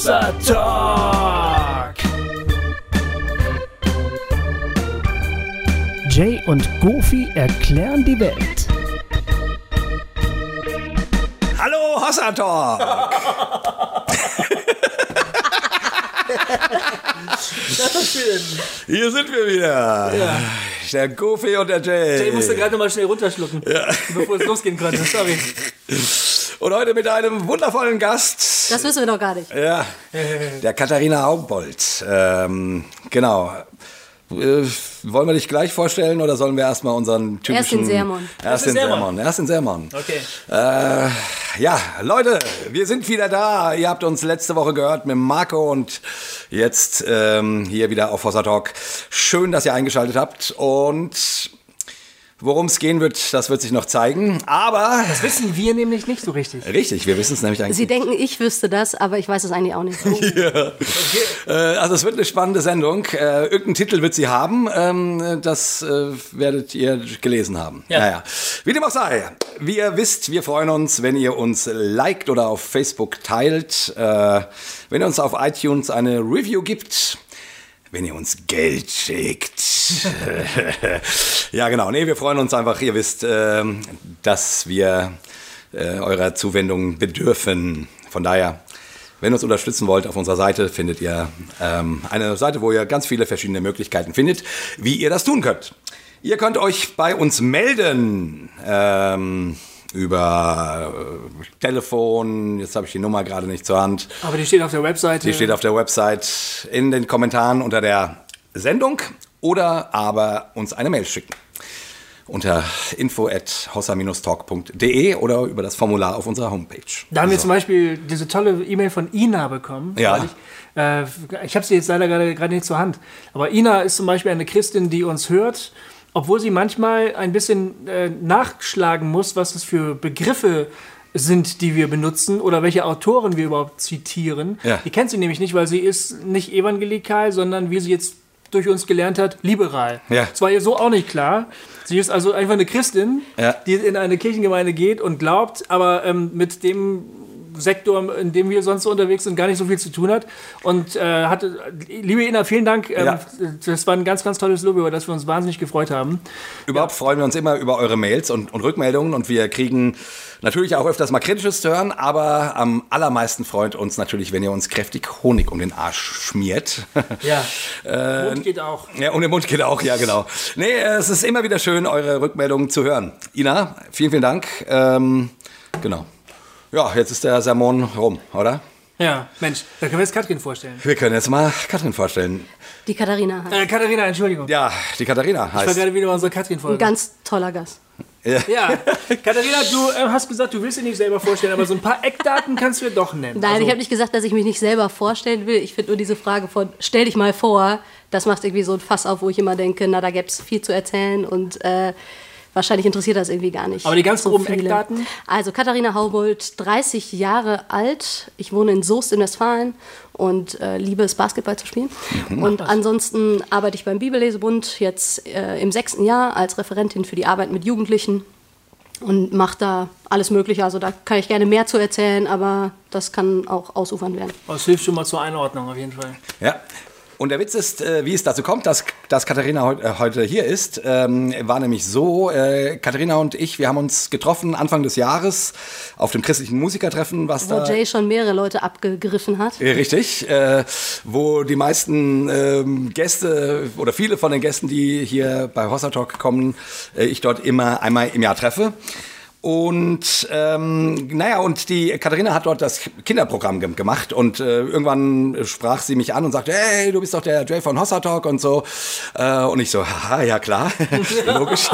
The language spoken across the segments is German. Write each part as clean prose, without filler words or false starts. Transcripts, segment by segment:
Hossa Talk. Jay und Goofy erklären die Welt. Hallo Hossa Talk. Das ist schön. Hier sind wir wieder. Ja. Der Goofy und der Jay. Jay musste gerade mal schnell runterschlucken, bevor es losgehen konnte. Sorry. Und heute mit einem wundervollen Gast. Das wissen wir noch gar nicht. Ja, der Katharina Haumbold. Genau. Wollen wir dich gleich vorstellen oder sollen wir erstmal unseren typischen... Erst den Sermon. Erst den Sermon. Okay. Ja, Leute, wir sind wieder da. Ihr habt uns letzte Woche gehört mit Marco und jetzt hier wieder auf Hossa Talk. Schön, dass ihr eingeschaltet habt und... Worum es gehen wird, das wird sich noch zeigen, aber... Das wissen wir nämlich nicht so richtig. Richtig, wir wissen es nämlich eigentlich Sie denken, ich wüsste das, aber ich weiß es eigentlich auch nicht. Ja. Also es wird eine spannende Sendung. Irgendeinen Titel wird sie haben. Das werdet ihr gelesen haben. Ja. Naja. Wie dem auch sei. Wie ihr wisst, wir freuen uns, wenn ihr uns liked oder auf Facebook teilt. Wenn ihr uns auf iTunes eine Review gibt. Wenn ihr uns Geld schickt. Ja, genau. Nee, wir freuen uns einfach. Ihr wisst, dass wir eurer Zuwendung bedürfen. Von daher, wenn ihr uns unterstützen wollt, auf unserer Seite findet ihr eine Seite, wo ihr ganz viele verschiedene Möglichkeiten findet, wie ihr das tun könnt. Ihr könnt euch bei uns melden. Über Telefon, jetzt habe ich die Nummer gerade nicht zur Hand. Aber die steht auf der Webseite. Die steht auf der Website in den Kommentaren unter der Sendung oder aber uns eine Mail schicken. Unter info@hossa-talk.de oder über das Formular auf unserer Homepage. Da haben wir zum Beispiel diese tolle E-Mail von Ina bekommen. Ja. Ich habe sie jetzt leider gerade nicht zur Hand. Aber Ina ist zum Beispiel eine Christin, die uns hört, obwohl sie manchmal ein bisschen nachschlagen muss, was das für Begriffe sind, die wir benutzen oder welche Autoren wir überhaupt zitieren. Ja. Die kennt sie nämlich nicht, weil sie ist nicht evangelikal, sondern wie sie jetzt durch uns gelernt hat, liberal. Ja. Das war ihr so auch nicht klar. Sie ist also einfach eine Christin, die in eine Kirchengemeinde geht und glaubt, aber mit dem Sektor, in dem wir sonst so unterwegs sind, gar nicht so viel zu tun hat. Und liebe Ina, vielen Dank. Das war ein ganz, ganz tolles Lob, über das wir uns wahnsinnig gefreut haben. Überhaupt freuen wir uns immer über eure Mails und Rückmeldungen und wir kriegen natürlich auch öfters mal Kritisches zu hören, aber am allermeisten freut uns natürlich, wenn ihr uns kräftig Honig um den Arsch schmiert. Ja, Mund geht auch. Ja, und der Mund geht auch, ja genau. Nee, es ist immer wieder schön, eure Rückmeldungen zu hören. Ina, vielen, vielen Dank. Genau. Ja, jetzt ist der Sermon rum, oder? Ja, Mensch, da können wir jetzt Katrin vorstellen. Wir können jetzt mal Katrin vorstellen. Die Katharina heißt. Katharina, Entschuldigung. Ja, die Katharina Ich war heißt. gerade wieder bei unserer Katrin-Folge. Ein ganz toller Gast. Ja, Katharina, du hast gesagt, du willst dich nicht selber vorstellen, aber so ein paar Eckdaten kannst du doch nennen. Nein, ich habe nicht gesagt, dass ich mich nicht selber vorstellen will. Ich finde nur diese Frage von, stell dich mal vor, das macht irgendwie so ein Fass auf, wo ich immer denke, na, da gäbe es viel zu erzählen und wahrscheinlich interessiert das irgendwie gar nicht. Aber die ganz so groben viele. Eckdaten? Also Katharina Haumbold, 30 Jahre alt. Ich wohne in Soest in Westfalen und liebe es, Basketball zu spielen. Und ansonsten arbeite ich beim Bibellesebund jetzt im 6. Jahr als Referentin für die Arbeit mit Jugendlichen und mache da alles Mögliche. Also da kann ich gerne mehr zu erzählen, aber das kann auch ausufern werden. Das hilft schon mal zur Einordnung auf jeden Fall. Ja. Und der Witz ist, wie es dazu kommt, dass Katharina heute hier ist, war nämlich so, Katharina und ich, wir haben uns getroffen Anfang des Jahres auf dem christlichen Musikertreffen, was Wo da... Jay schon mehrere Leute abgegriffen hat. Richtig, wo die meisten Gäste oder viele von den Gästen, die hier bei Hossa Talk kommen, ich dort immer einmal im Jahr treffe. Und und die Katharina hat dort das Kinderprogramm gemacht und irgendwann sprach sie mich an und sagte, hey, du bist doch der Jay von Hossa Talk und so. Und ich so, haha, ja klar, logisch.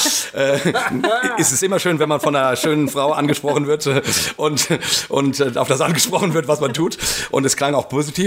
Ist es immer schön, wenn man von einer schönen Frau angesprochen wird und auf das angesprochen wird, was man tut. Und es klang auch positiv.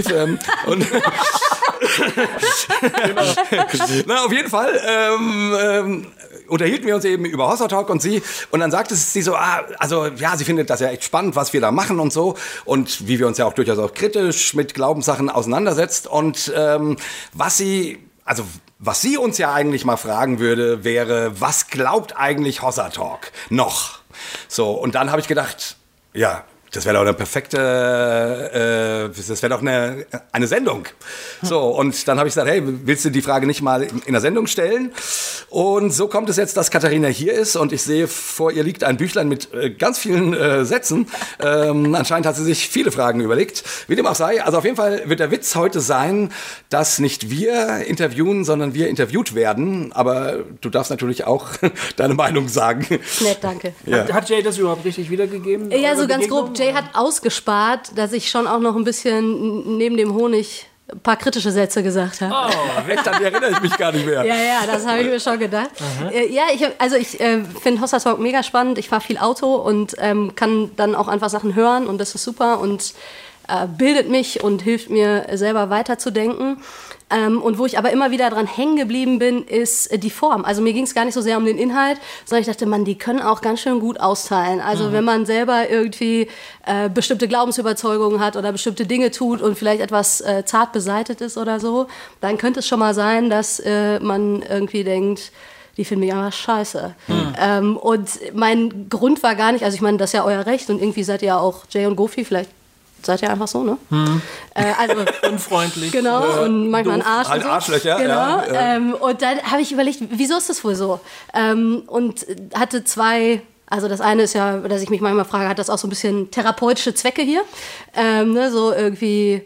Na, auf jeden Fall unterhielten wir uns eben über Hossa Talk und dann sagte sie so, sie findet das ja echt spannend, was wir da machen und so und wie wir uns ja auch durchaus auch kritisch mit Glaubenssachen auseinandersetzt und was sie uns ja eigentlich mal fragen würde, wäre, was glaubt eigentlich Hossa Talk noch? So, und dann habe ich gedacht, ja, das wäre doch eine perfekte, das wäre doch eine Sendung. So, und dann habe ich gesagt, hey, willst du die Frage nicht mal in der Sendung stellen? Und so kommt es jetzt, dass Katharina hier ist und ich sehe, vor ihr liegt ein Büchlein mit ganz vielen Sätzen. Anscheinend hat sie sich viele Fragen überlegt. Wie dem auch sei, also auf jeden Fall wird der Witz heute sein, dass nicht wir interviewen, sondern wir interviewt werden. Aber du darfst natürlich auch deine Meinung sagen. Nett, danke. Ja. Hat Jay das überhaupt richtig wiedergegeben? Ja, so ganz grob. Jay hat ausgespart, dass ich schon auch noch ein bisschen neben dem Honig ein paar kritische Sätze gesagt habe. Oh, echt, an die erinnere ich mich gar nicht mehr. Ja, das habe ich mir schon gedacht. Ich finde Hossa Talk mega spannend. Ich fahre viel Auto und kann dann auch einfach Sachen hören und das ist super und bildet mich und hilft mir selber weiterzudenken. Und wo ich aber immer wieder dran hängen geblieben bin, ist die Form. Also mir ging es gar nicht so sehr um den Inhalt, sondern ich dachte, die können auch ganz schön gut austeilen. Also wenn man selber irgendwie bestimmte Glaubensüberzeugungen hat oder bestimmte Dinge tut und vielleicht etwas zart beseitet ist oder so, dann könnte es schon mal sein, dass man irgendwie denkt, die finden mich einfach scheiße. Und mein Grund war gar nicht, also ich meine, das ist ja euer Recht und irgendwie seid ihr ja auch Jay und Goofy, vielleicht seid ihr einfach so, ne? Also unfreundlich. Genau, und manchmal ein Arsch. Halt so. Arschlöcher, genau. ja. Und dann habe ich überlegt, wieso ist das wohl so? Und hatte zwei, also das eine ist ja, dass ich mich manchmal frage, hat das auch so ein bisschen therapeutische Zwecke hier? So irgendwie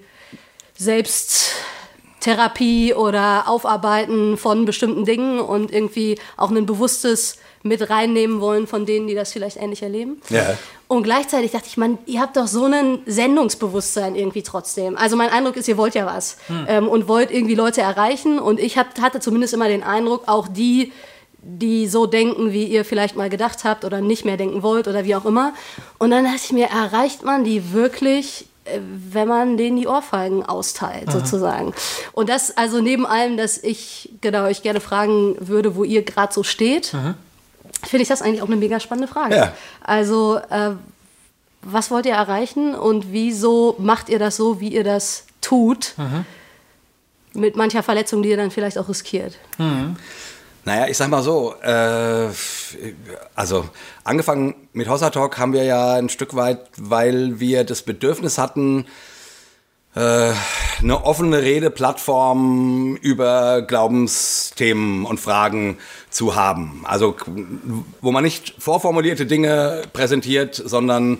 Selbsttherapie oder Aufarbeiten von bestimmten Dingen und irgendwie auch ein bewusstes mit reinnehmen wollen von denen, die das vielleicht ähnlich erleben. Ja. Und gleichzeitig dachte ich, ihr habt doch so ein Sendungsbewusstsein irgendwie trotzdem. Also mein Eindruck ist, ihr wollt ja was und wollt irgendwie Leute erreichen. Und ich hatte zumindest immer den Eindruck, auch die so denken, wie ihr vielleicht mal gedacht habt oder nicht mehr denken wollt oder wie auch immer. Und dann dachte ich mir, erreicht man die wirklich, wenn man denen die Ohrfeigen austeilt, sozusagen. Und das also neben allem, dass ich euch gerne fragen würde, wo ihr gerade so steht, finde ich das eigentlich auch eine mega spannende Frage. Ja. Also, was wollt ihr erreichen und wieso macht ihr das so, wie ihr das tut, mit mancher Verletzung, die ihr dann vielleicht auch riskiert? Naja, ich sag mal so, also angefangen mit Hossa Talk haben wir ja ein Stück weit, weil wir das Bedürfnis hatten, eine offene Redeplattform über Glaubensthemen und Fragen zu haben. Also wo man nicht vorformulierte Dinge präsentiert, sondern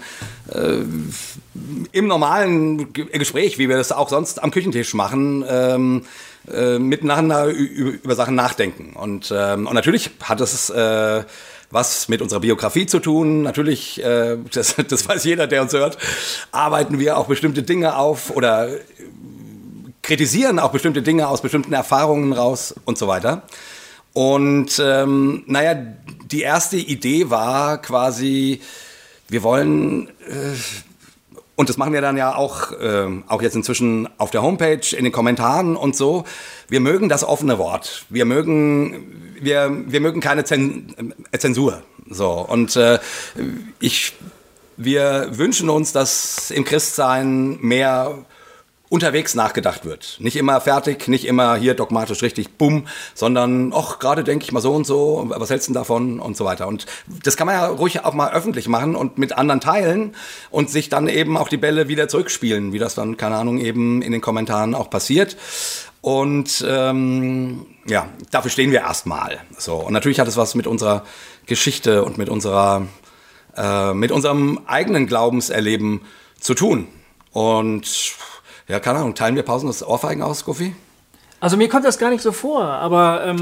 im normalen Gespräch, wie wir das auch sonst am Küchentisch machen, miteinander über Sachen nachdenken. Und natürlich hat es was mit unserer Biografie zu tun. Natürlich, das weiß jeder, der uns hört, arbeiten wir auch bestimmte Dinge auf oder kritisieren auch bestimmte Dinge aus bestimmten Erfahrungen raus und so weiter. Und die erste Idee war quasi, wir wollen, und das machen wir dann ja auch jetzt inzwischen auf der Homepage, in den Kommentaren und so, wir mögen das offene Wort. Wir mögen keine Zensur. So. Und wir wünschen uns, dass im Christsein mehr unterwegs nachgedacht wird. Nicht immer fertig, nicht immer hier dogmatisch richtig, bumm, sondern, gerade denke ich mal so und so, was hältst du denn davon und so weiter. Und das kann man ja ruhig auch mal öffentlich machen und mit anderen teilen und sich dann eben auch die Bälle wieder zurückspielen, wie das dann, keine Ahnung, eben in den Kommentaren auch passiert. Und dafür stehen wir erstmal. So. Und natürlich hat es was mit unserer Geschichte und mit unserem eigenen Glaubenserleben zu tun. Und ja, keine Ahnung, teilen wir pausenlos Ohrfeigen aus, Goofy? Also mir kommt das gar nicht so vor, aber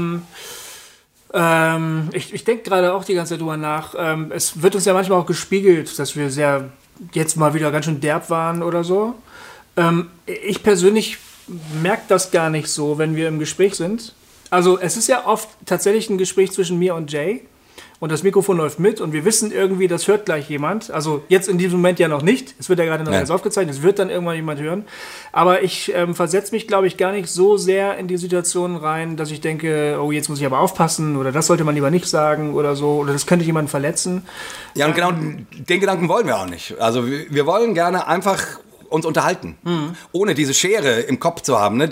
ich denke gerade auch die ganze Zeit drüber nach. Es wird uns ja manchmal auch gespiegelt, dass wir jetzt mal wieder ganz schön derb waren oder so. Ich persönlich merke das gar nicht so, wenn wir im Gespräch sind. Also es ist ja oft tatsächlich ein Gespräch zwischen mir und Jay. Und das Mikrofon läuft mit und wir wissen irgendwie, das hört gleich jemand. Also jetzt in diesem Moment ja noch nicht. Es wird ja gerade noch alles aufgezeichnet. Es wird dann irgendwann jemand hören. Aber ich versetze mich, glaube ich, gar nicht so sehr in die Situation rein, dass ich denke, oh, jetzt muss ich aber aufpassen oder das sollte man lieber nicht sagen oder so. Oder das könnte jemanden verletzen. Ja, und genau den Gedanken wollen wir auch nicht. Also wir wollen gerne einfach uns unterhalten, ohne diese Schere im Kopf zu haben. Ne?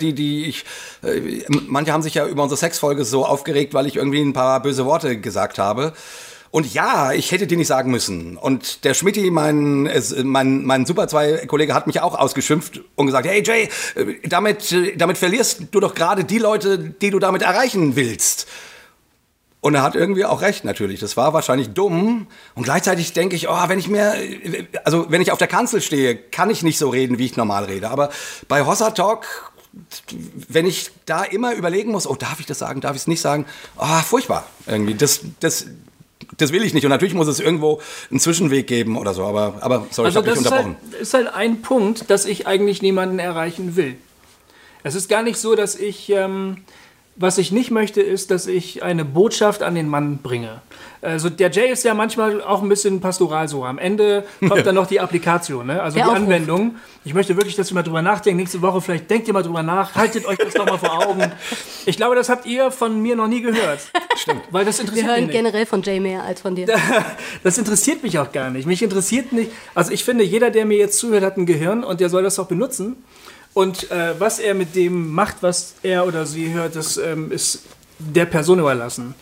Manche haben sich ja über unsere Sexfolge so aufgeregt, weil ich irgendwie ein paar böse Worte gesagt habe. Und ja, ich hätte dir nicht sagen müssen. Und der Schmidti, mein Super 2-Kollege, hat mich auch ausgeschimpft und gesagt, hey Jay, damit verlierst du doch gerade die Leute, die du damit erreichen willst. Und er hat irgendwie auch recht, natürlich. Das war wahrscheinlich dumm. Und gleichzeitig denke ich, wenn ich auf der Kanzel stehe, kann ich nicht so reden, wie ich normal rede. Aber bei Hossa Talk, wenn ich da immer überlegen muss, darf ich das sagen, darf ich es nicht sagen? Furchtbar. Irgendwie. Das will ich nicht. Und natürlich muss es irgendwo einen Zwischenweg geben oder so. Aber sorry, ich habe dich unterbrochen. Das ist halt ein Punkt, dass ich eigentlich niemanden erreichen will. Es ist gar nicht so, dass ich... was ich nicht möchte, ist, dass ich eine Botschaft an den Mann bringe. Also der Jay ist ja manchmal auch ein bisschen pastoral so. Am Ende kommt dann noch die Applikation, ne? Also die Anwendung. Ich möchte wirklich, dass ihr mal drüber nachdenkt. Nächste Woche vielleicht denkt ihr mal drüber nach. Haltet euch das doch mal vor Augen. Ich glaube, das habt ihr von mir noch nie gehört. Stimmt. Weil das interessiert Wir hören mich nicht. generell von Jay mehr als von dir. Das interessiert mich auch gar nicht. Mich interessiert nicht. Also ich finde, jeder, der mir jetzt zuhört, hat ein Gehirn und der soll das auch benutzen. Und was er mit dem macht, was er oder sie hört, das ist der Person überlassen.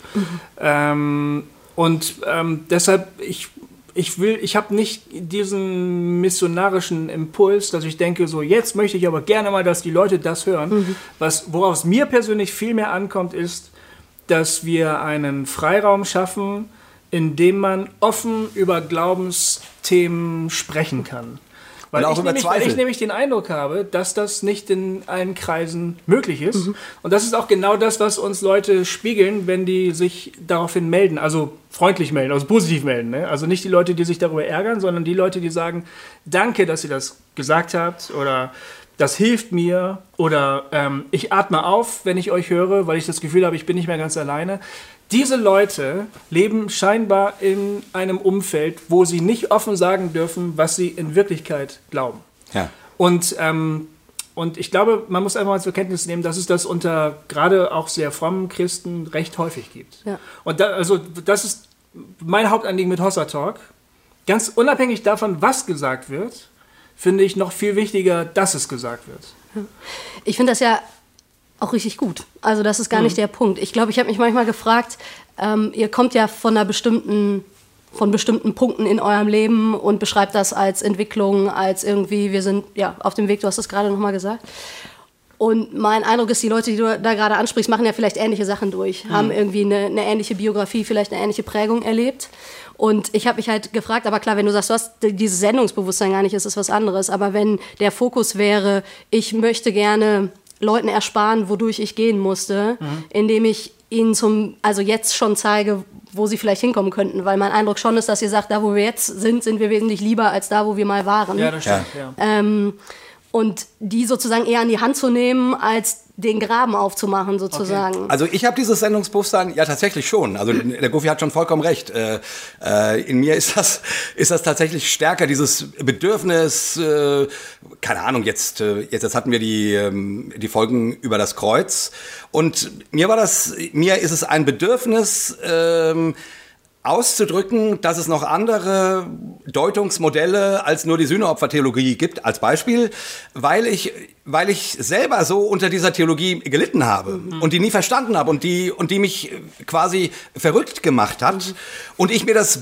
Deshalb, ich habe nicht diesen missionarischen Impuls, dass ich denke, so jetzt möchte ich aber gerne mal, dass die Leute das hören. Worauf es mir persönlich viel mehr ankommt, ist, dass wir einen Freiraum schaffen, in dem man offen über Glaubensthemen sprechen kann. Weil ich nämlich den Eindruck habe, dass das nicht in allen Kreisen möglich ist. Und das ist auch genau das, was uns Leute spiegeln, wenn die sich daraufhin melden. Also freundlich melden, also positiv melden. Ne? Also nicht die Leute, die sich darüber ärgern, sondern die Leute, die sagen, danke, dass ihr das gesagt habt oder das hilft mir oder ich atme auf, wenn ich euch höre, weil ich das Gefühl habe, ich bin nicht mehr ganz alleine. Diese Leute leben scheinbar in einem Umfeld, wo sie nicht offen sagen dürfen, was sie in Wirklichkeit glauben. Ja. Und ich glaube, man muss einfach mal zur Kenntnis nehmen, dass es das unter gerade auch sehr frommen Christen recht häufig gibt. Ja. Und das ist mein Hauptanliegen mit Hossa Talk. Ganz unabhängig davon, was gesagt wird, finde ich noch viel wichtiger, dass es gesagt wird. Ich finde das ja auch richtig gut. Also das ist gar nicht der Punkt. Ich glaube, ich habe mich manchmal gefragt, ihr kommt ja von bestimmten Punkten in eurem Leben und beschreibt das als Entwicklung, als irgendwie, wir sind ja auf dem Weg, du hast es gerade nochmal gesagt. Und mein Eindruck ist, die Leute, die du da gerade ansprichst, machen ja vielleicht ähnliche Sachen durch, haben irgendwie eine ähnliche Biografie, vielleicht eine ähnliche Prägung erlebt. Und ich habe mich halt gefragt, aber klar, wenn du sagst, du hast dieses Sendungsbewusstsein gar nicht, ist es was anderes. Aber wenn der Fokus wäre, ich möchte gerne Leuten ersparen, wodurch ich gehen musste, indem ich ihnen jetzt schon zeige, wo sie vielleicht hinkommen könnten. Weil mein Eindruck schon ist, dass ihr sagt, da wo wir jetzt sind wir wesentlich lieber als da, wo wir mal waren. Ja, das stimmt. Ja. Und die sozusagen eher an die Hand zu nehmen, als den Graben aufzumachen, sozusagen. Okay. Also ich habe dieses Sendungsbewusstsein ja tatsächlich schon. Also der Goofy hat schon vollkommen recht. In mir ist das tatsächlich stärker, dieses Bedürfnis, keine Ahnung, jetzt hatten wir die Folgen über das Kreuz. Und mir ist es ein Bedürfnis, auszudrücken, dass es noch andere Deutungsmodelle als nur die Sühneopfertheologie gibt, als Beispiel, weil ich selber so unter dieser Theologie gelitten habe und die nie verstanden habe und die mich quasi verrückt gemacht hat und ich mir das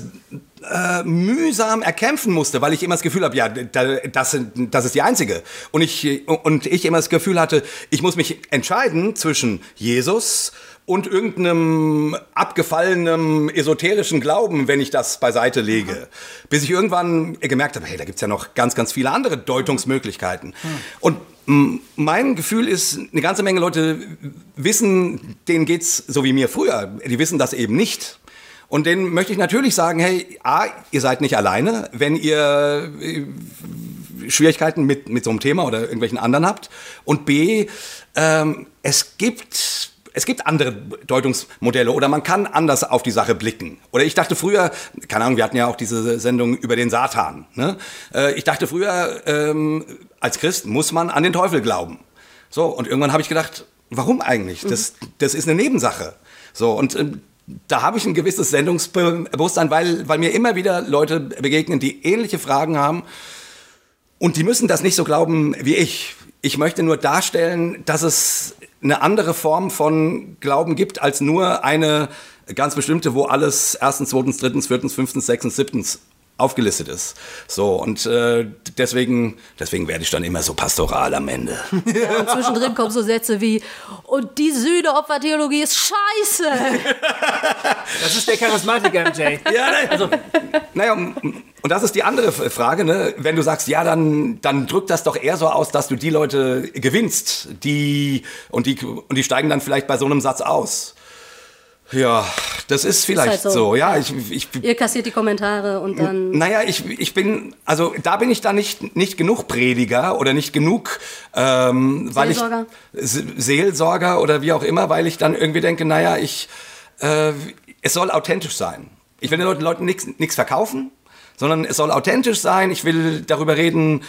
mühsam erkämpfen musste, weil ich immer das Gefühl habe, ja, das ist die einzige. Und ich immer das Gefühl hatte, ich muss mich entscheiden zwischen Jesus und irgendeinem abgefallenen esoterischen Glauben, wenn ich das beiseite lege. Bis ich irgendwann gemerkt habe, hey, da gibt's ja noch ganz, ganz viele andere Deutungsmöglichkeiten. Und mein Gefühl ist, eine ganze Menge Leute wissen, denen geht's so wie mir früher. Die wissen das eben nicht. Und denen möchte ich natürlich sagen, hey, A, ihr seid nicht alleine, wenn ihr Schwierigkeiten mit so einem Thema oder irgendwelchen anderen habt. Und B, es gibt andere Deutungsmodelle oder man kann anders auf die Sache blicken. Oder ich dachte früher, keine Ahnung, wir hatten ja auch diese Sendung über den Satan. Ne? Ich dachte früher, als Christ muss man an den Teufel glauben. So, und irgendwann habe ich gedacht, warum eigentlich? Das ist eine Nebensache. So, und da habe ich ein gewisses Sendungsbewusstsein, weil mir immer wieder Leute begegnen, die ähnliche Fragen haben. Und die müssen das nicht so glauben wie ich. Ich möchte nur darstellen, dass es eine andere Form von Glauben gibt, als nur eine ganz bestimmte, wo alles 1., 2., 3., 4., 5., 6., 7. aufgelistet ist. So, und deswegen werde ich dann immer so pastoral am Ende. Ja, und zwischendrin kommen so Sätze wie, und die Sühneopfertheologie ist scheiße. Das ist der Charismatiker, Jay. Ja, also, naja, und das ist die andere Frage, ne? Wenn du sagst, ja, dann drückt das doch eher so aus, dass du die Leute gewinnst, die steigen dann vielleicht bei so einem Satz aus. Ja, das ist vielleicht halt so. Ja, ihr kassiert die Kommentare und dann... Naja, da bin ich dann nicht genug Prediger oder nicht genug Seelsorger. Seelsorger oder wie auch immer, weil ich dann irgendwie denke, naja, es soll authentisch sein. Ich will den Leuten nichts verkaufen, sondern es soll authentisch sein. Ich will darüber reden,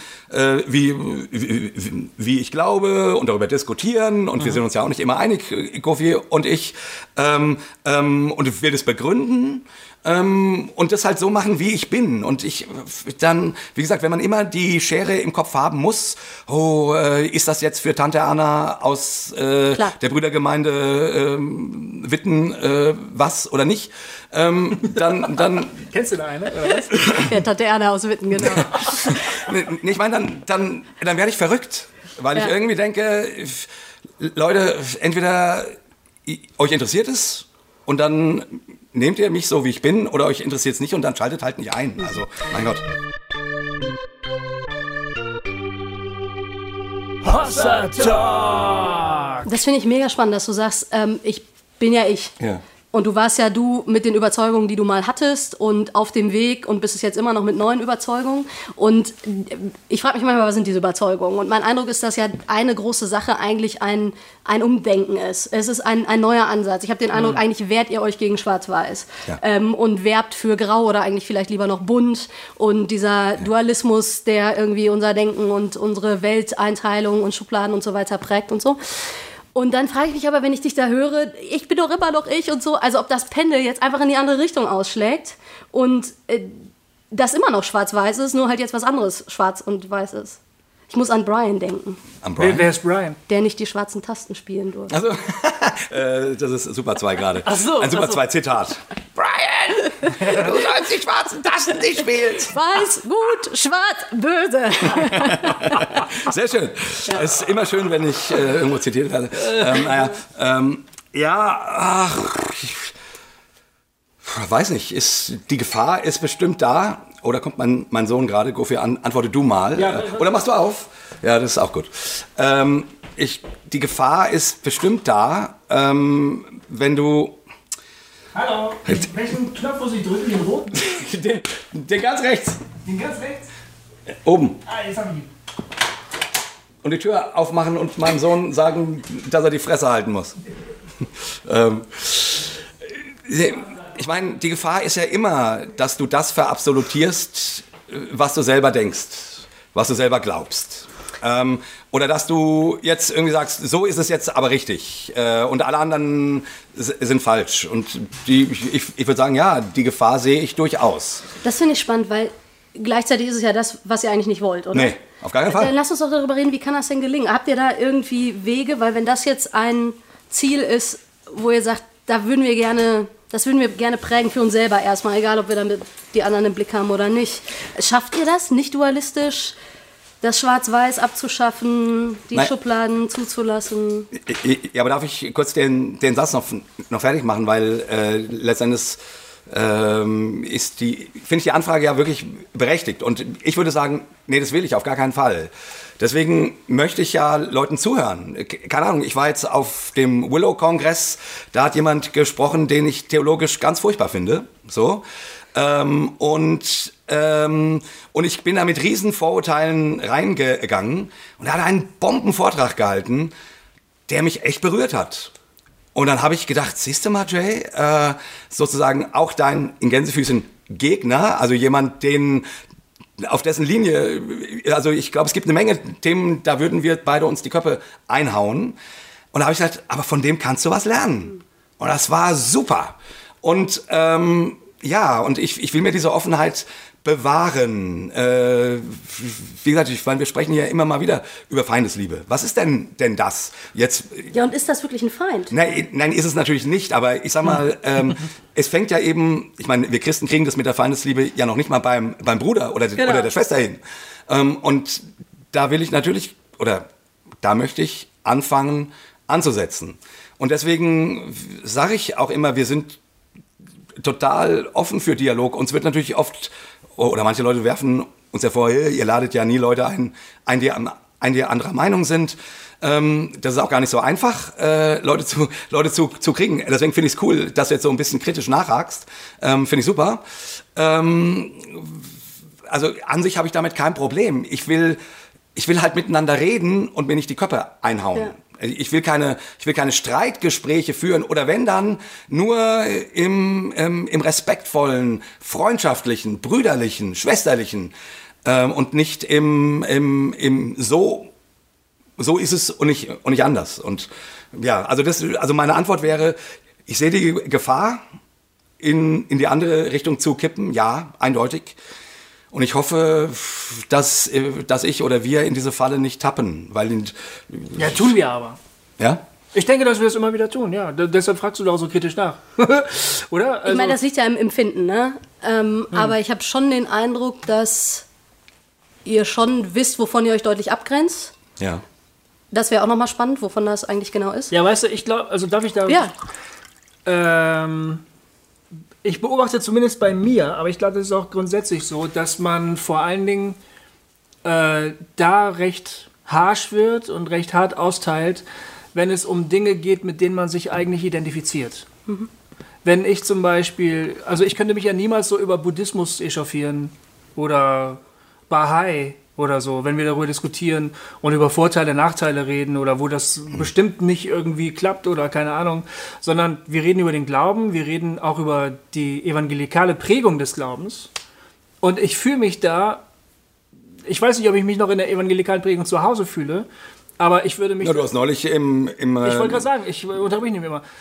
wie ich glaube und darüber diskutieren. Und wir sind uns ja auch nicht immer einig, Gofi und ich. Und ich will das begründen. Und das halt so machen, wie ich bin. Und ich dann, wie gesagt, wenn man immer die Schere im Kopf haben muss, ist das jetzt für Tante Anna aus der Brüdergemeinde Witten was oder nicht, dann Kennst du da eine, oder was? Ja, Tante Anna aus Witten, genau. Ich meine, dann werde ich verrückt, weil ich irgendwie denke, Leute, entweder euch interessiert es und dann nehmt ihr mich so, wie ich bin, oder euch interessiert es nicht und dann schaltet halt nicht ein. Also, mein Gott. Hossa Talk! Das finde ich mega spannend, dass du sagst, ich bin ja ich. Ja. Und du warst ja du mit den Überzeugungen, die du mal hattest und auf dem Weg und bist es jetzt immer noch mit neuen Überzeugungen. Und ich frage mich manchmal, was sind diese Überzeugungen? Und mein Eindruck ist, dass ja eine große Sache eigentlich ein Umdenken ist. Es ist ein neuer Ansatz. Ich habe den Eindruck, eigentlich wehrt ihr euch gegen Schwarz-Weiß und werbt für Grau oder eigentlich vielleicht lieber noch bunt. Und dieser Dualismus, der irgendwie unser Denken und unsere Welteinteilung und Schubladen und so weiter prägt und so. Und dann frage ich mich aber, wenn ich dich da höre, ich bin doch immer noch ich und so, also ob das Pendel jetzt einfach in die andere Richtung ausschlägt und das immer noch schwarz-weiß ist, nur halt jetzt was anderes schwarz und weiß ist. Ich muss an Brian denken. An Brian? Wer ist Brian? Der nicht die schwarzen Tasten spielen durfte. Also, das ist Super 2 gerade. Ein Super 2 Zitat. Brian, du sollst die schwarzen Tasten nicht spielen. Weiß, gut, schwarz, böse. Sehr schön. Ja. Es ist immer schön, wenn ich irgendwo zitiert werde. Weiß nicht, die Gefahr ist bestimmt da. Oder kommt mein Sohn gerade, Gofi, antworte du mal. Ja, oder machst du auf? Ja, das ist auch gut. Die Gefahr ist bestimmt da, wenn du... Hallo, welchen Knopf muss ich drücken? Den roten? Den ganz rechts. Den ganz rechts? Oben. Ah, jetzt hab ich ihn. Und die Tür aufmachen und meinem Sohn sagen, dass er die Fresse halten muss. Ich meine, die Gefahr ist ja immer, dass du das verabsolutierst, was du selber denkst, was du selber glaubst. Oder dass du jetzt irgendwie sagst, so ist es jetzt aber richtig und alle anderen sind falsch. Und ich würde sagen, ja, die Gefahr sehe ich durchaus. Das finde ich spannend, weil gleichzeitig ist es ja das, was ihr eigentlich nicht wollt, oder? Nee, auf gar keinen Fall. Dann lass uns doch darüber reden, wie kann das denn gelingen? Habt ihr da irgendwie Wege? Weil wenn das jetzt ein Ziel ist, wo ihr sagt, das würden wir gerne prägen für uns selber erstmal, egal ob wir damit die anderen im Blick haben oder nicht. Schafft ihr das, nicht dualistisch, das Schwarz-Weiß abzuschaffen, die Schubladen zuzulassen? Ja, aber darf ich kurz den Satz noch fertig machen, weil letztendlich finde ich die Anfrage ja wirklich berechtigt. Und ich würde sagen, nee, das will ich auf gar keinen Fall. Deswegen möchte ich ja Leuten zuhören. Keine Ahnung, ich war jetzt auf dem Willow-Kongress, da hat jemand gesprochen, den ich theologisch ganz furchtbar finde. So. Und ich bin da mit riesen Vorurteilen reingegangen und er hat einen Bombenvortrag gehalten, der mich echt berührt hat. Und dann habe ich gedacht, siehst du mal, Jay, sozusagen auch dein, in Gänsefüßchen, Gegner, also jemand, auf dessen Linie, also ich glaube, es gibt eine Menge Themen, da würden wir beide uns die Köpfe einhauen. Und da habe ich gesagt, aber von dem kannst du was lernen. Und das war super. Und Ja, und ich will mir diese Offenheit bewahren. Wie gesagt, ich meine, wir sprechen ja immer mal wieder über Feindesliebe. Was ist denn das? Jetzt, ja, und ist das wirklich ein Feind? Nein, ist es natürlich nicht, aber ich sag mal, es fängt ja eben, ich meine, wir Christen kriegen das mit der Feindesliebe ja noch nicht mal beim Bruder oder der Schwester hin. Und da will ich natürlich, oder da möchte ich anfangen anzusetzen. Und deswegen sage ich auch immer, wir sind total offen für Dialog. Uns wird natürlich oft, oder manche Leute werfen uns ja vor, ihr ladet ja nie Leute ein, die anderer Meinung sind. Das ist auch gar nicht so einfach, Leute zu kriegen. Deswegen finde ich es cool, dass du jetzt so ein bisschen kritisch nachhakst. Finde ich super. Also an sich habe ich damit kein Problem. Ich will halt miteinander reden und mir nicht die Köpfe einhauen. Ja. Ich will keine Streitgespräche führen oder wenn dann nur im respektvollen, freundschaftlichen, brüderlichen, schwesterlichen und nicht im so ist es und nicht anders. Und ja, also meine Antwort wäre, ich sehe die Gefahr in die andere Richtung zu kippen, ja, eindeutig. Und ich hoffe, dass ich oder wir in diese Falle nicht tappen. Ja, tun wir aber. Ja? Ich denke, dass wir das immer wieder tun, ja. Deshalb fragst du doch auch so kritisch nach. Oder? Also, ich meine, das liegt ja im Empfinden, ne? Aber ich habe schon den Eindruck, dass ihr schon wisst, wovon ihr euch deutlich abgrenzt. Ja. Das wäre auch nochmal spannend, wovon das eigentlich genau ist. Ja, weißt du, ich glaube, also darf ich da... Ja. Ich beobachte zumindest bei mir, aber ich glaube, das ist auch grundsätzlich so, dass man vor allen Dingen da recht harsch wird und recht hart austeilt, wenn es um Dinge geht, mit denen man sich eigentlich identifiziert. Mhm. Wenn ich zum Beispiel, also ich könnte mich ja niemals so über Buddhismus echauffieren oder Bahai oder so, wenn wir darüber diskutieren und über Vorteile, Nachteile reden oder wo das bestimmt nicht irgendwie klappt oder keine Ahnung, sondern wir reden über den Glauben, wir reden auch über die evangelikale Prägung des Glaubens und ich fühle mich da, ich weiß nicht, ob ich mich noch in der evangelikalen Prägung zu Hause fühle, aber ich würde mich... Ja, du hast neulich ich wollte gerade sagen, ich unterbreche nicht immer.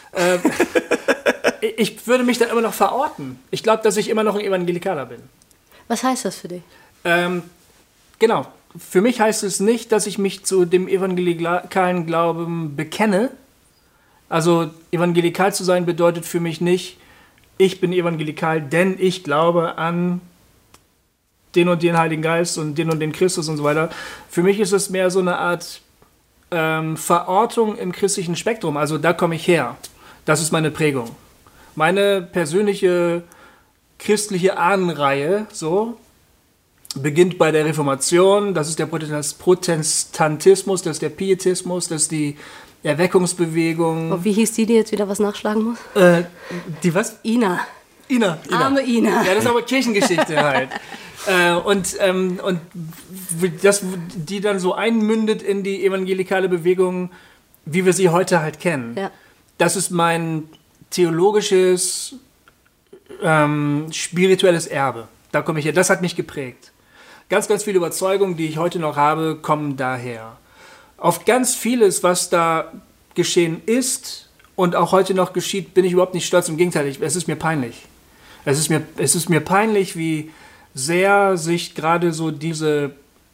Ich würde mich da immer noch verorten. Ich glaube, dass ich immer noch ein Evangelikaler bin. Was heißt das für dich? Genau. Für mich heißt es nicht, dass ich mich zu dem evangelikalen Glauben bekenne. Also evangelikal zu sein bedeutet für mich nicht, ich bin evangelikal, denn ich glaube an den und den Heiligen Geist und den Christus und so weiter. Für mich ist es mehr so eine Art Verortung im christlichen Spektrum. Also da komme ich her. Das ist meine Prägung. Meine persönliche christliche Ahnenreihe, so, beginnt bei der Reformation, das ist der Protestantismus, das ist der Pietismus, das ist die Erweckungsbewegung. Oh, wie hieß die jetzt wieder was nachschlagen muss? Die was? Ina. Arme Ina. Ja, das ist aber Kirchengeschichte halt. Und das, die dann so einmündet in die evangelikale Bewegung, wie wir sie heute halt kennen. Ja. Das ist mein theologisches, spirituelles Erbe. Da komme ich her. Das hat mich geprägt. Ganz, ganz viele Überzeugungen, die ich heute noch habe, kommen daher. Auf ganz vieles, was da geschehen ist und auch heute noch geschieht, bin ich überhaupt nicht stolz. Im Gegenteil, es ist mir peinlich. Es ist mir peinlich, wie sehr sich gerade so diese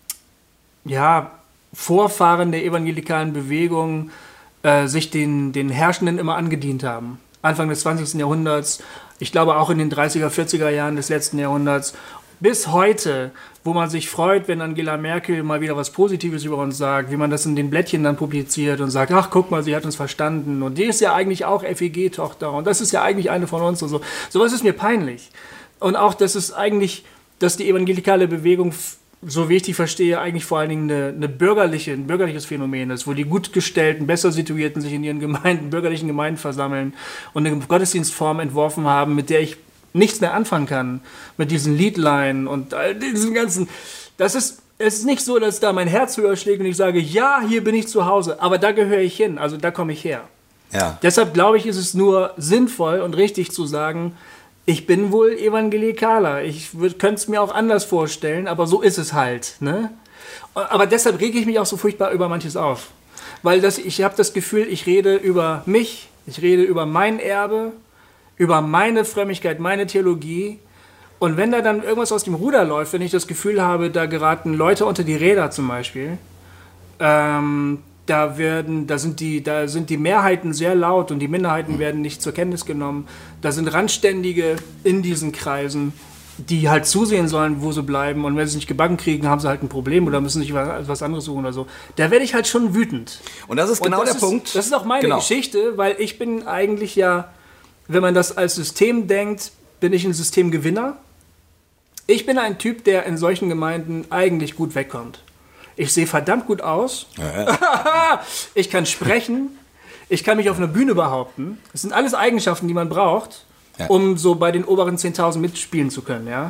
Vorfahren der evangelikalen Bewegung sich den Herrschenden immer angedient haben. Anfang des 20. Jahrhunderts, ich glaube auch in den 30er, 40er Jahren des letzten Jahrhunderts, bis heute, wo man sich freut, wenn Angela Merkel mal wieder was Positives über uns sagt, wie man das in den Blättchen dann publiziert und sagt, ach guck mal, sie hat uns verstanden und die ist ja eigentlich auch FEG-Tochter und das ist ja eigentlich eine von uns und so. Sowas ist mir peinlich. Und auch, dass die evangelikale Bewegung, so wie ich die verstehe, eigentlich vor allen Dingen ein bürgerliches Phänomen ist, wo die Gutgestellten, besser Situierten sich in ihren bürgerlichen Gemeinden versammeln und eine Gottesdienstform entworfen haben, mit der ich nichts mehr anfangen kann, mit diesen Liedlein und all diesen ganzen. Es ist nicht so, dass da mein Herz höher schlägt und ich sage, ja, hier bin ich zu Hause, aber da gehöre ich hin, also da komme ich her. Ja. Deshalb glaube ich, ist es nur sinnvoll und richtig zu sagen, ich bin wohl Evangelikaler. Ich könnte es mir auch anders vorstellen, aber so ist es halt. Ne? Aber deshalb rege ich mich auch so furchtbar über manches auf. Weil ich habe das Gefühl, ich rede über mich, ich rede über mein Erbe, über meine Frömmigkeit, meine Theologie. Und wenn da dann irgendwas aus dem Ruder läuft, wenn ich das Gefühl habe, da geraten Leute unter die Räder zum Beispiel, da sind die Mehrheiten sehr laut und die Minderheiten werden nicht zur Kenntnis genommen. Da sind Randständige in diesen Kreisen, die halt zusehen sollen, wo sie bleiben. Und wenn sie es nicht gebacken kriegen, haben sie halt ein Problem oder müssen sich was anderes suchen oder so. Da werde ich halt schon wütend. Und das ist genau der Punkt. Das ist auch meine Geschichte, weil ich bin eigentlich ja, wenn man das als System denkt, bin ich ein Systemgewinner. Ich bin ein Typ, der in solchen Gemeinden eigentlich gut wegkommt. Ich sehe verdammt gut aus. Ja. Ich kann sprechen. Ich kann mich auf einer Bühne behaupten. Das sind alles Eigenschaften, die man braucht, um so bei den oberen 10.000 mitspielen zu können. Ja?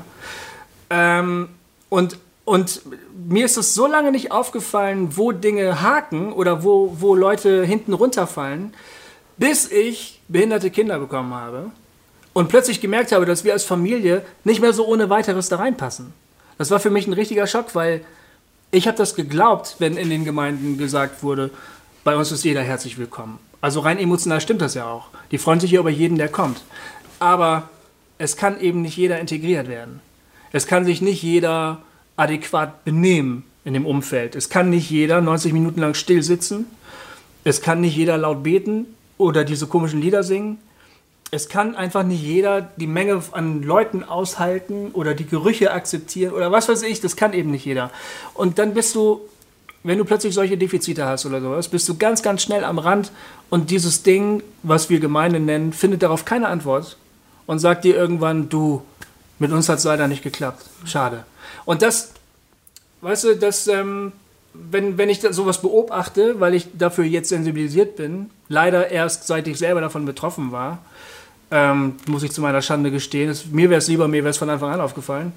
Und mir ist es so lange nicht aufgefallen, wo Dinge haken oder wo Leute hinten runterfallen, bis ich behinderte Kinder bekommen habe. Und plötzlich gemerkt habe, dass wir als Familie nicht mehr so ohne weiteres da reinpassen. Das war für mich ein richtiger Schock, weil ich habe das geglaubt, wenn in den Gemeinden gesagt wurde, bei uns ist jeder herzlich willkommen. Also rein emotional stimmt das ja auch. Die freuen sich ja über jeden, der kommt. Aber es kann eben nicht jeder integriert werden. Es kann sich nicht jeder adäquat benehmen in dem Umfeld. Es kann nicht jeder 90 Minuten lang still sitzen. Es kann nicht jeder laut beten oder diese komischen Lieder singen. Es kann einfach nicht jeder die Menge an Leuten aushalten oder die Gerüche akzeptieren oder was weiß ich, das kann eben nicht jeder. Und dann bist du, wenn du plötzlich solche Defizite hast oder sowas, bist du ganz, ganz schnell am Rand und dieses Ding, was wir Gemeinde nennen, findet darauf keine Antwort und sagt dir irgendwann, du, mit uns hat es leider nicht geklappt, schade. Und das, weißt du, wenn ich sowas beobachte, weil ich dafür jetzt sensibilisiert bin, leider erst seit ich selber davon betroffen war, muss ich zu meiner Schande gestehen, mir wäre es von Anfang an aufgefallen.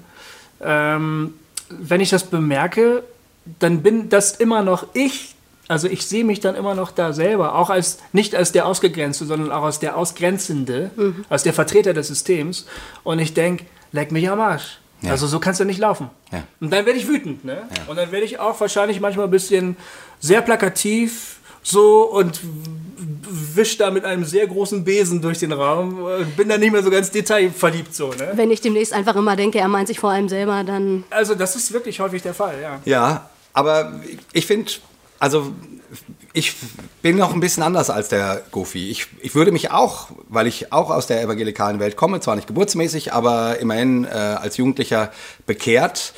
Wenn ich das bemerke, dann bin das immer noch ich, also ich sehe mich dann immer noch da selber, auch nicht als der Ausgegrenzte, sondern auch als der Ausgrenzende, als der Vertreter des Systems und ich denke, leck mich am Arsch. Ja. Also so kann es ja nicht laufen. Ja. Und dann werde ich wütend. Ne? Ja. Und dann werde ich auch wahrscheinlich manchmal ein bisschen sehr plakativ so und wisch da mit einem sehr großen Besen durch den Raum. Bin dann nicht mehr so ganz detailverliebt. So, ne? Wenn ich demnächst einfach immer denke, er meint sich vor allem selber, dann... Also das ist wirklich häufig der Fall, ja. Ja, aber ich finde, also ich bin noch ein bisschen anders als der Gofi. Ich würde mich auch, weil ich auch aus der evangelikalen Welt komme, zwar nicht geburtsmäßig, aber immerhin als Jugendlicher bekehrt,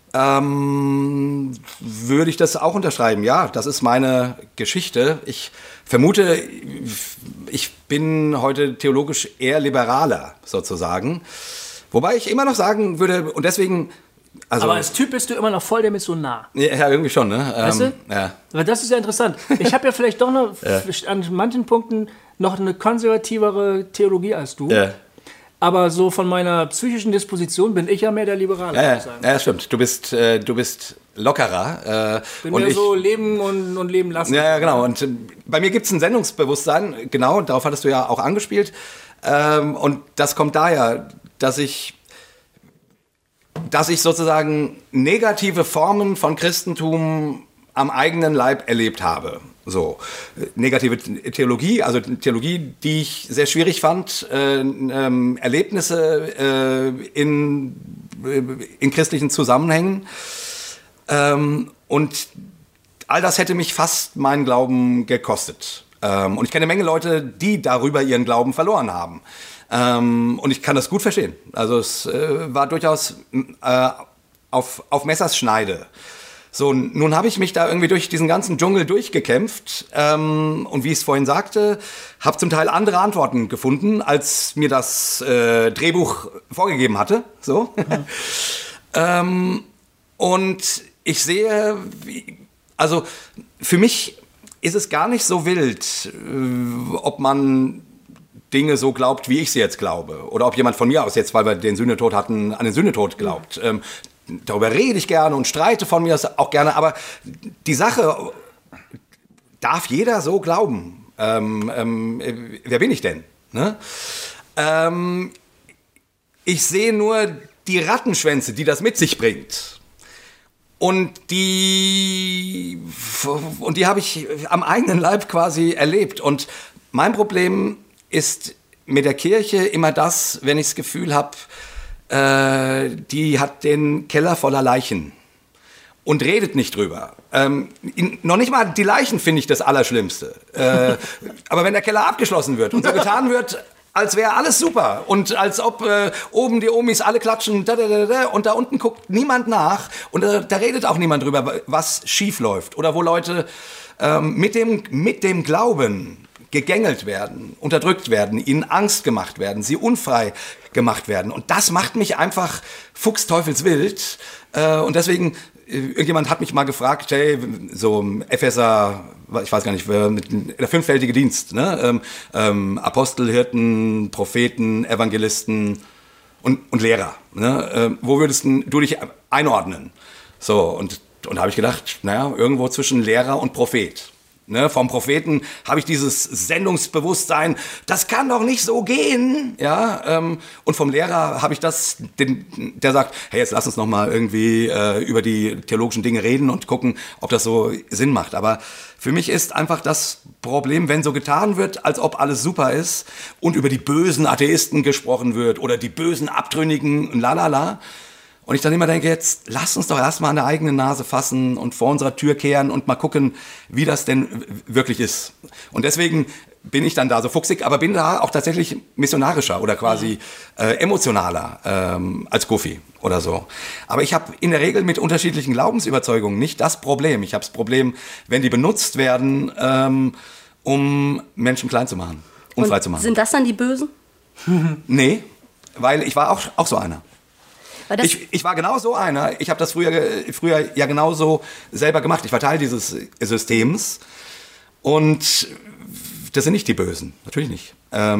würde ich das auch unterschreiben. Ja, das ist meine Geschichte. Ich vermute, ich bin heute theologisch eher liberaler, sozusagen. Wobei ich immer noch sagen würde, und deswegen... Also, aber als Typ bist du immer noch voll der Missionar. Ja, irgendwie schon, ne? Weißt du? Ja. Aber das ist ja interessant. Ich habe ja vielleicht doch noch an manchen Punkten noch eine konservativere Theologie als du. Ja. Aber so von meiner psychischen Disposition bin ich ja mehr der Liberale. Ja, stimmt. Du bist lockerer. Bin mir so leben und leben lassen. Ja, genau. Und bei mir gibt es ein Sendungsbewusstsein. Genau, darauf hattest du ja auch angespielt. Und das kommt daher, dass ich sozusagen negative Formen von Christentum am eigenen Leib erlebt habe. So, negative Theologie, also Theologie, die ich sehr schwierig fand, Erlebnisse in christlichen Zusammenhängen. Und all das hätte mich fast meinen Glauben gekostet. Und ich kenne eine Menge Leute, die darüber ihren Glauben verloren haben. Und ich kann das gut verstehen. Also es war durchaus auf Messers Schneide. So, nun habe ich mich da irgendwie durch diesen ganzen Dschungel durchgekämpft und wie ich es vorhin sagte, habe zum Teil andere Antworten gefunden, als mir das Drehbuch vorgegeben hatte. So. Und ich sehe, also für mich ist es gar nicht so wild, ob man Dinge so glaubt, wie ich sie jetzt glaube. Oder ob jemand von mir aus jetzt, weil wir den Sühnetod hatten, an den Sühnetod glaubt. Darüber rede ich gerne und streite von mir aus auch gerne. Aber die Sache, darf jeder so glauben? Wer bin ich denn? Ne? Ich sehe nur die Rattenschwänze, die das mit sich bringt. Und die habe ich am eigenen Leib quasi erlebt. Und mein Problem ist mit der Kirche immer das, wenn ich das Gefühl habe, die hat den Keller voller Leichen und redet nicht drüber. Noch nicht mal die Leichen finde ich das Allerschlimmste. Aber wenn der Keller abgeschlossen wird und so getan wird, als wäre alles super und als ob oben die Omis alle klatschen und da unten guckt niemand nach und da redet auch niemand drüber, was schief läuft oder wo Leute mit dem Glauben gegängelt werden, unterdrückt werden, ihnen Angst gemacht werden, sie unfrei gemacht werden. Und das macht mich einfach fuchsteufelswild. Und deswegen, irgendjemand hat mich mal gefragt, hey, so Epheser, ich weiß gar nicht, der fünffältige Dienst, ne? Apostel, Hirten, Propheten, Evangelisten und Lehrer. Ne? Wo würdest du dich einordnen? So, und da habe ich gedacht, naja, irgendwo zwischen Lehrer und Prophet. Ne, vom Propheten habe ich dieses Sendungsbewusstsein, das kann doch nicht so gehen. Ja, und vom Lehrer habe ich der sagt, hey, jetzt lass uns noch mal irgendwie über die theologischen Dinge reden und gucken, ob das so Sinn macht. Aber für mich ist einfach das Problem, wenn so getan wird, als ob alles super ist und über die bösen Atheisten gesprochen wird oder die bösen Abtrünnigen, lalala. Und ich dann immer denke, jetzt lass uns doch erstmal an der eigenen Nase fassen und vor unserer Tür kehren und mal gucken, wie das denn wirklich ist. Und deswegen bin ich dann da so fuchsig, aber bin da auch tatsächlich missionarischer oder quasi emotionaler als Goofy oder so. Aber ich habe in der Regel mit unterschiedlichen Glaubensüberzeugungen nicht das Problem. Ich habe das Problem, wenn die benutzt werden, um Menschen klein zu machen, unfrei zu machen. Sind das dann die Bösen? Nee, weil ich war auch so einer. Ich war genau so einer. Ich habe das früher ja genauso selber gemacht. Ich war Teil dieses Systems. Und das sind nicht die Bösen. Natürlich nicht.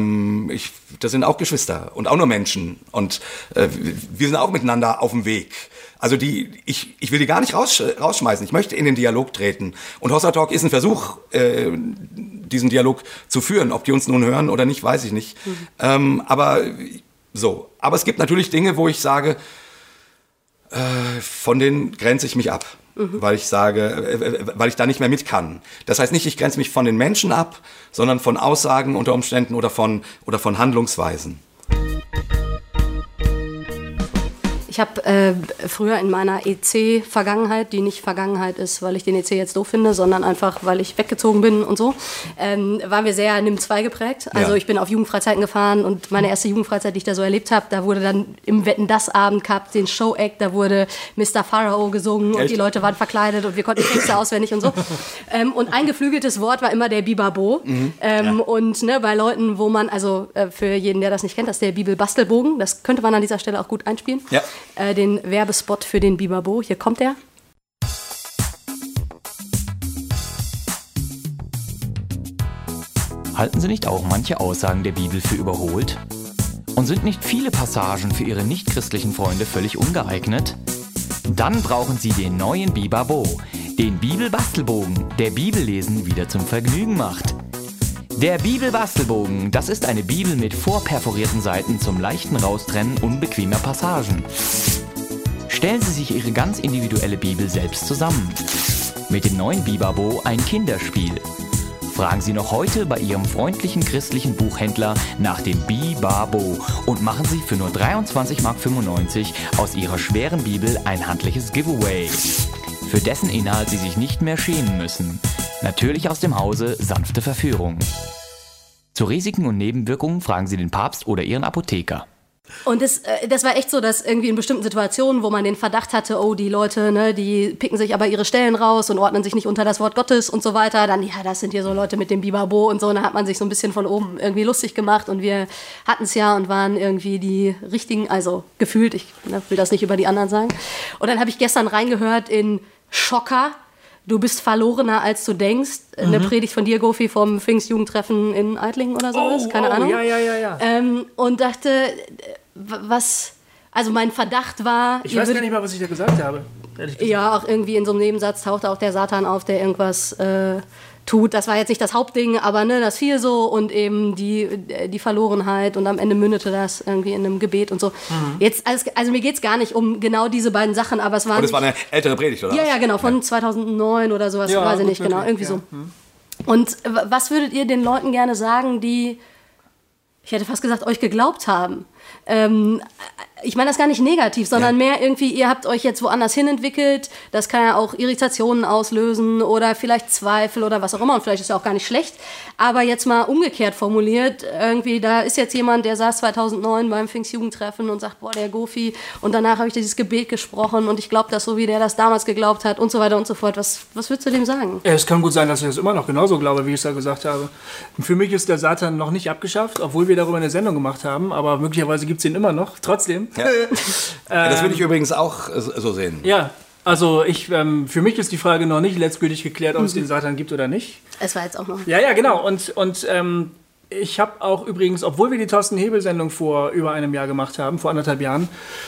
Das sind auch Geschwister und auch nur Menschen. Und wir sind auch miteinander auf dem Weg. Also ich will die gar nicht rausschmeißen. Ich möchte in den Dialog treten. Und Hossa Talk ist ein Versuch, diesen Dialog zu führen. Ob die uns nun hören oder nicht, weiß ich nicht. Aber es gibt natürlich Dinge, wo ich sage, von denen grenze ich mich ab, weil ich da nicht mehr mit kann. Das heißt nicht, ich grenze mich von den Menschen ab, sondern von Aussagen unter Umständen oder von Handlungsweisen. Ich habe früher in meiner EC-Vergangenheit, die nicht Vergangenheit ist, weil ich den EC jetzt doof finde, sondern einfach, weil ich weggezogen bin und so, waren wir sehr NIM 2 geprägt. Also ich bin auf Jugendfreizeiten gefahren und meine erste Jugendfreizeit, die ich da so erlebt habe, da wurde dann im Wetten-das-Abend gehabt, den Show-Act, da wurde Mr. Pharao gesungen und die Leute waren verkleidet und wir konnten die Texte auswendig und so. Und ein geflügeltes Wort war immer der Bibabo. Und bei Leuten, wo man, also für jeden, der das nicht kennt, das ist der Bibelbastelbogen, das könnte man an dieser Stelle auch gut einspielen. Ja. Den Werbespot für den Bibabo. Hier kommt er. Halten Sie nicht auch manche Aussagen der Bibel für überholt? Und sind nicht viele Passagen für Ihre nichtchristlichen Freunde völlig ungeeignet? Dann brauchen Sie den neuen Bibabo, den Bibelbastelbogen, der Bibellesen wieder zum Vergnügen macht. Der Bibelbastelbogen, das ist eine Bibel mit vorperforierten Seiten zum leichten Raustrennen unbequemer Passagen. Stellen Sie sich Ihre ganz individuelle Bibel selbst zusammen. Mit dem neuen Bibabo ein Kinderspiel. Fragen Sie noch heute bei Ihrem freundlichen christlichen Buchhändler nach dem Bibabo und machen Sie für nur 23,95 Mark aus Ihrer schweren Bibel ein handliches Giveaway, für dessen Inhalt Sie sich nicht mehr schämen müssen. Natürlich aus dem Hause sanfte Verführung. Zu Risiken und Nebenwirkungen fragen Sie den Papst oder Ihren Apotheker. Und das war echt so, dass irgendwie in bestimmten Situationen, wo man den Verdacht hatte, oh, die Leute, ne, die picken sich aber ihre Stellen raus und ordnen sich nicht unter das Wort Gottes und so weiter, dann, ja, das sind hier so Leute mit dem Bibabo und so, und dann hat man sich so ein bisschen von oben irgendwie lustig gemacht und wir hatten es ja und waren irgendwie die richtigen, also gefühlt, ich will das nicht über die anderen sagen. Und dann habe ich gestern reingehört in Schocker, du bist verlorener, als du denkst. Eine Predigt von dir, Gofi, vom Pfingstjugendtreffen in Eitlingen oder sowas. Keine Ahnung. Ja. Und dachte, was... Also mein Verdacht war... Ich weiß gar nicht mal, was ich da gesagt habe. Ja, auch irgendwie in so einem Nebensatz tauchte auch der Satan auf, der irgendwas tut. Das war jetzt nicht das Hauptding, aber ne, das fiel so und eben die Verlorenheit und am Ende mündete das irgendwie in einem Gebet und so. Jetzt, also mir geht es gar nicht um genau diese beiden Sachen, aber es waren... Und es war eine ältere Predigt, oder? Ja, genau, von 2009 oder sowas, ja, weiß ich nicht, genau, irgendwie so. Und was würdet ihr den Leuten gerne sagen, die ich hätte fast gesagt, euch geglaubt haben. Ich meine das gar nicht negativ, sondern mehr irgendwie, ihr habt euch jetzt woanders hin entwickelt. Das kann ja auch Irritationen auslösen oder vielleicht Zweifel oder was auch immer. Und vielleicht ist ja auch gar nicht schlecht. Aber jetzt mal umgekehrt formuliert, irgendwie, da ist jetzt jemand, der saß 2009 beim Pfingstjugendtreffen und sagt, boah, der Gofi. Und danach habe ich dieses Gebet gesprochen und ich glaube das so, wie der das damals geglaubt hat und so weiter und so fort. Was würdest du dem sagen? Es kann gut sein, dass ich das immer noch genauso glaube, wie ich es da gesagt habe. Für mich ist der Satan noch nicht abgeschafft, obwohl wir darüber eine Sendung gemacht haben. Aber möglicherweise gibt es ihn immer noch, trotzdem. Ja. Das würde ich übrigens auch so sehen. Ja, also für mich ist die Frage noch nicht letztgültig geklärt, ob es den Satan gibt oder nicht. Es war jetzt auch noch. Ja, genau. Und ich habe auch übrigens, obwohl wir die Thorsten Hebel-Sendung vor über einem Jahr gemacht haben, vor 1,5 Jahren,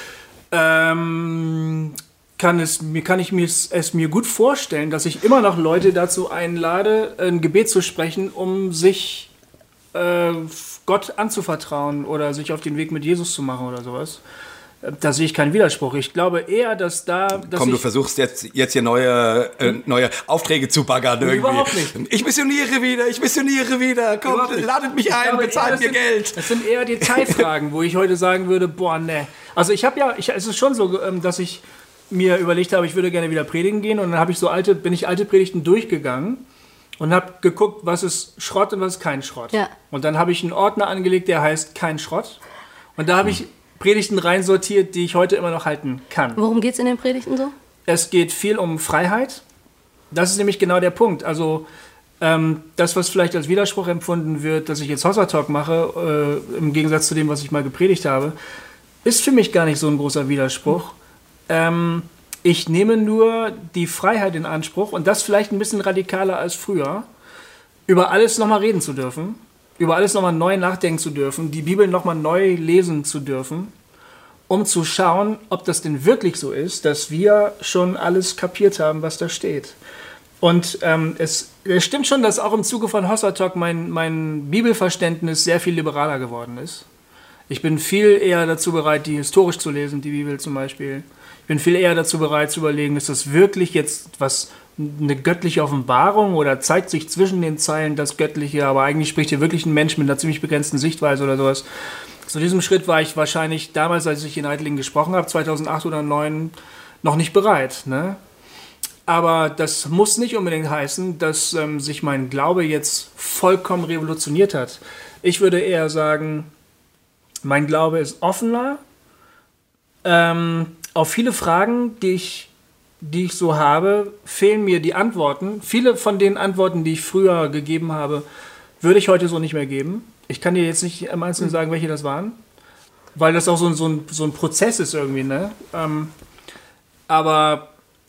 kann ich mir gut vorstellen, dass ich immer noch Leute dazu einlade, ein Gebet zu sprechen, um sich Gott anzuvertrauen oder sich auf den Weg mit Jesus zu machen oder sowas. Da sehe ich keinen Widerspruch. Ich glaube eher, dass da... Komm, du versuchst jetzt hier neue Aufträge zu baggern irgendwie. Überhaupt nicht. Ich missioniere wieder. Komm, ladet mich ein, bezahlt mir Geld. Das sind eher Detailfragen, wo ich heute sagen würde, boah, ne. Also es ist schon so, dass ich mir überlegt habe, ich würde gerne wieder predigen gehen und dann bin ich alte Predigten durchgegangen und habe geguckt, was ist Schrott und was ist kein Schrott. Ja. Und dann habe ich einen Ordner angelegt, der heißt kein Schrott. Und da habe ich Predigten reinsortiert, die ich heute immer noch halten kann. Worum geht es in den Predigten so? Es geht viel um Freiheit. Das ist nämlich genau der Punkt. Also das, was vielleicht als Widerspruch empfunden wird, dass ich jetzt Hossa Talk mache, im Gegensatz zu dem, was ich mal gepredigt habe, ist für mich gar nicht so ein großer Widerspruch. Ich nehme nur die Freiheit in Anspruch und das vielleicht ein bisschen radikaler als früher, über alles nochmal reden zu dürfen, über alles nochmal neu nachdenken zu dürfen, die Bibel nochmal neu lesen zu dürfen, um zu schauen, ob das denn wirklich so ist, dass wir schon alles kapiert haben, was da steht. Und es stimmt schon, dass auch im Zuge von Hossa Talk mein Bibelverständnis sehr viel liberaler geworden ist. Ich bin viel eher dazu bereit, die historisch zu lesen, die Bibel zum Beispiel. Ich bin viel eher dazu bereit zu überlegen, ist das wirklich jetzt eine göttliche Offenbarung oder zeigt sich zwischen den Zeilen das Göttliche, aber eigentlich spricht hier wirklich ein Mensch mit einer ziemlich begrenzten Sichtweise oder sowas. Zu diesem Schritt war ich wahrscheinlich damals, als ich in Eitlingen gesprochen habe, 2008 oder 2009, noch nicht bereit. Ne? Aber das muss nicht unbedingt heißen, dass sich mein Glaube jetzt vollkommen revolutioniert hat. Ich würde eher sagen, mein Glaube ist offener. Auf viele Fragen, die ich so habe, fehlen mir die Antworten. Viele von den Antworten, die ich früher gegeben habe, würde ich heute so nicht mehr geben. Ich kann dir jetzt nicht im Einzelnen sagen, welche das waren, weil das auch so ein Prozess ist irgendwie. Ne? Aber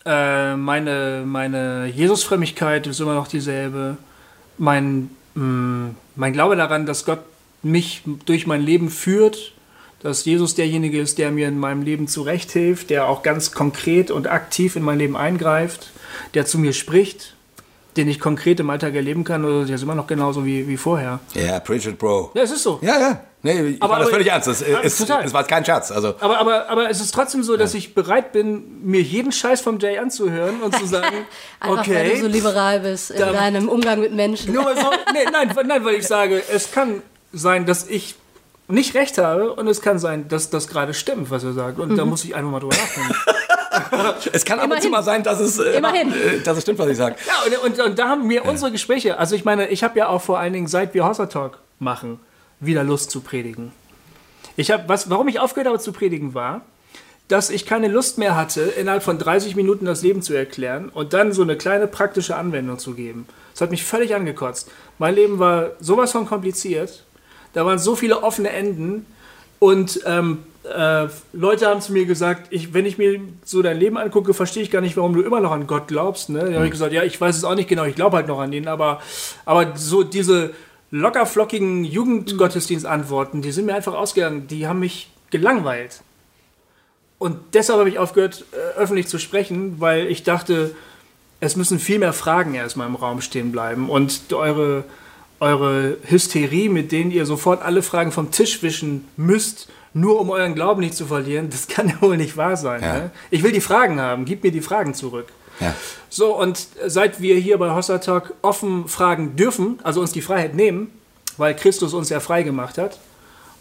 meine Jesusfrömmigkeit ist immer noch dieselbe. Mein Glaube daran, dass Gott mich durch mein Leben führt, dass Jesus derjenige ist, der mir in meinem Leben zurechthilft, der auch ganz konkret und aktiv in mein Leben eingreift, der zu mir spricht, den ich konkret im Alltag erleben kann, oder der ist immer noch genauso wie vorher. Ja, preach it, Bro. Ja, es ist so. Ja. Nee, ich meine das völlig ernst. Es war kein Scherz. Also. Aber es ist trotzdem so, dass ich bereit bin, mir jeden Scheiß vom Jay anzuhören und zu sagen, einfach, okay, weil du so liberal bist in deinem Umgang mit Menschen. Nur so, nein, weil ich sage, es kann sein, dass ich nicht recht habe und es kann sein, dass das gerade stimmt, was er sagt. Und da muss ich einfach mal drüber nachdenken. Es kann ab und zu mal sein, dass es stimmt, was ich sage. Ja, und da haben wir unsere Gespräche, also ich meine, ich habe ja auch vor allen Dingen, seit wir Hossa Talk machen, wieder Lust zu predigen. Warum ich aufgehört habe zu predigen war, dass ich keine Lust mehr hatte, innerhalb von 30 Minuten das Leben zu erklären und dann so eine kleine praktische Anwendung zu geben. Das hat mich völlig angekotzt. Mein Leben war sowas von kompliziert. Da waren so viele offene Enden und Leute haben zu mir gesagt, wenn ich mir so dein Leben angucke, verstehe ich gar nicht, warum du immer noch an Gott glaubst. Ne? Da habe ich gesagt, ja, ich weiß es auch nicht genau, ich glaube halt noch an ihn, aber so diese lockerflockigen Jugendgottesdienstantworten, die sind mir einfach ausgegangen, die haben mich gelangweilt. Und deshalb habe ich aufgehört, öffentlich zu sprechen, weil ich dachte, es müssen viel mehr Fragen erstmal im Raum stehen bleiben und eure Hysterie, mit denen ihr sofort alle Fragen vom Tisch wischen müsst, nur um euren Glauben nicht zu verlieren, das kann ja wohl nicht wahr sein. Ja. Ne? Ich will die Fragen haben, gib mir die Fragen zurück. Ja. So, und seit wir hier bei Hossa Talk offen fragen dürfen, also uns die Freiheit nehmen, weil Christus uns ja frei gemacht hat,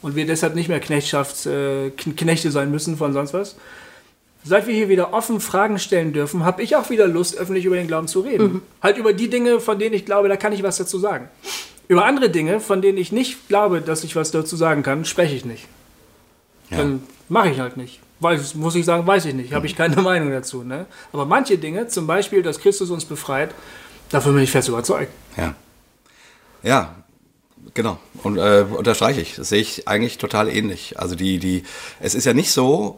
und wir deshalb nicht mehr Knechte sein müssen von sonst was. Seit wir hier wieder offen Fragen stellen dürfen, habe ich auch wieder Lust, öffentlich über den Glauben zu reden. Halt über die Dinge, von denen ich glaube, da kann ich was dazu sagen. Über andere Dinge, von denen ich nicht glaube, dass ich was dazu sagen kann, spreche ich nicht. Ja. Dann mache ich halt nicht. Muss ich sagen, weiß ich nicht. Habe ich keine Meinung dazu. Ne? Aber manche Dinge, zum Beispiel, dass Christus uns befreit, davon bin ich fest überzeugt. Ja, genau. Und unterstreiche ich. Das sehe ich eigentlich total ähnlich. Also es ist ja nicht so,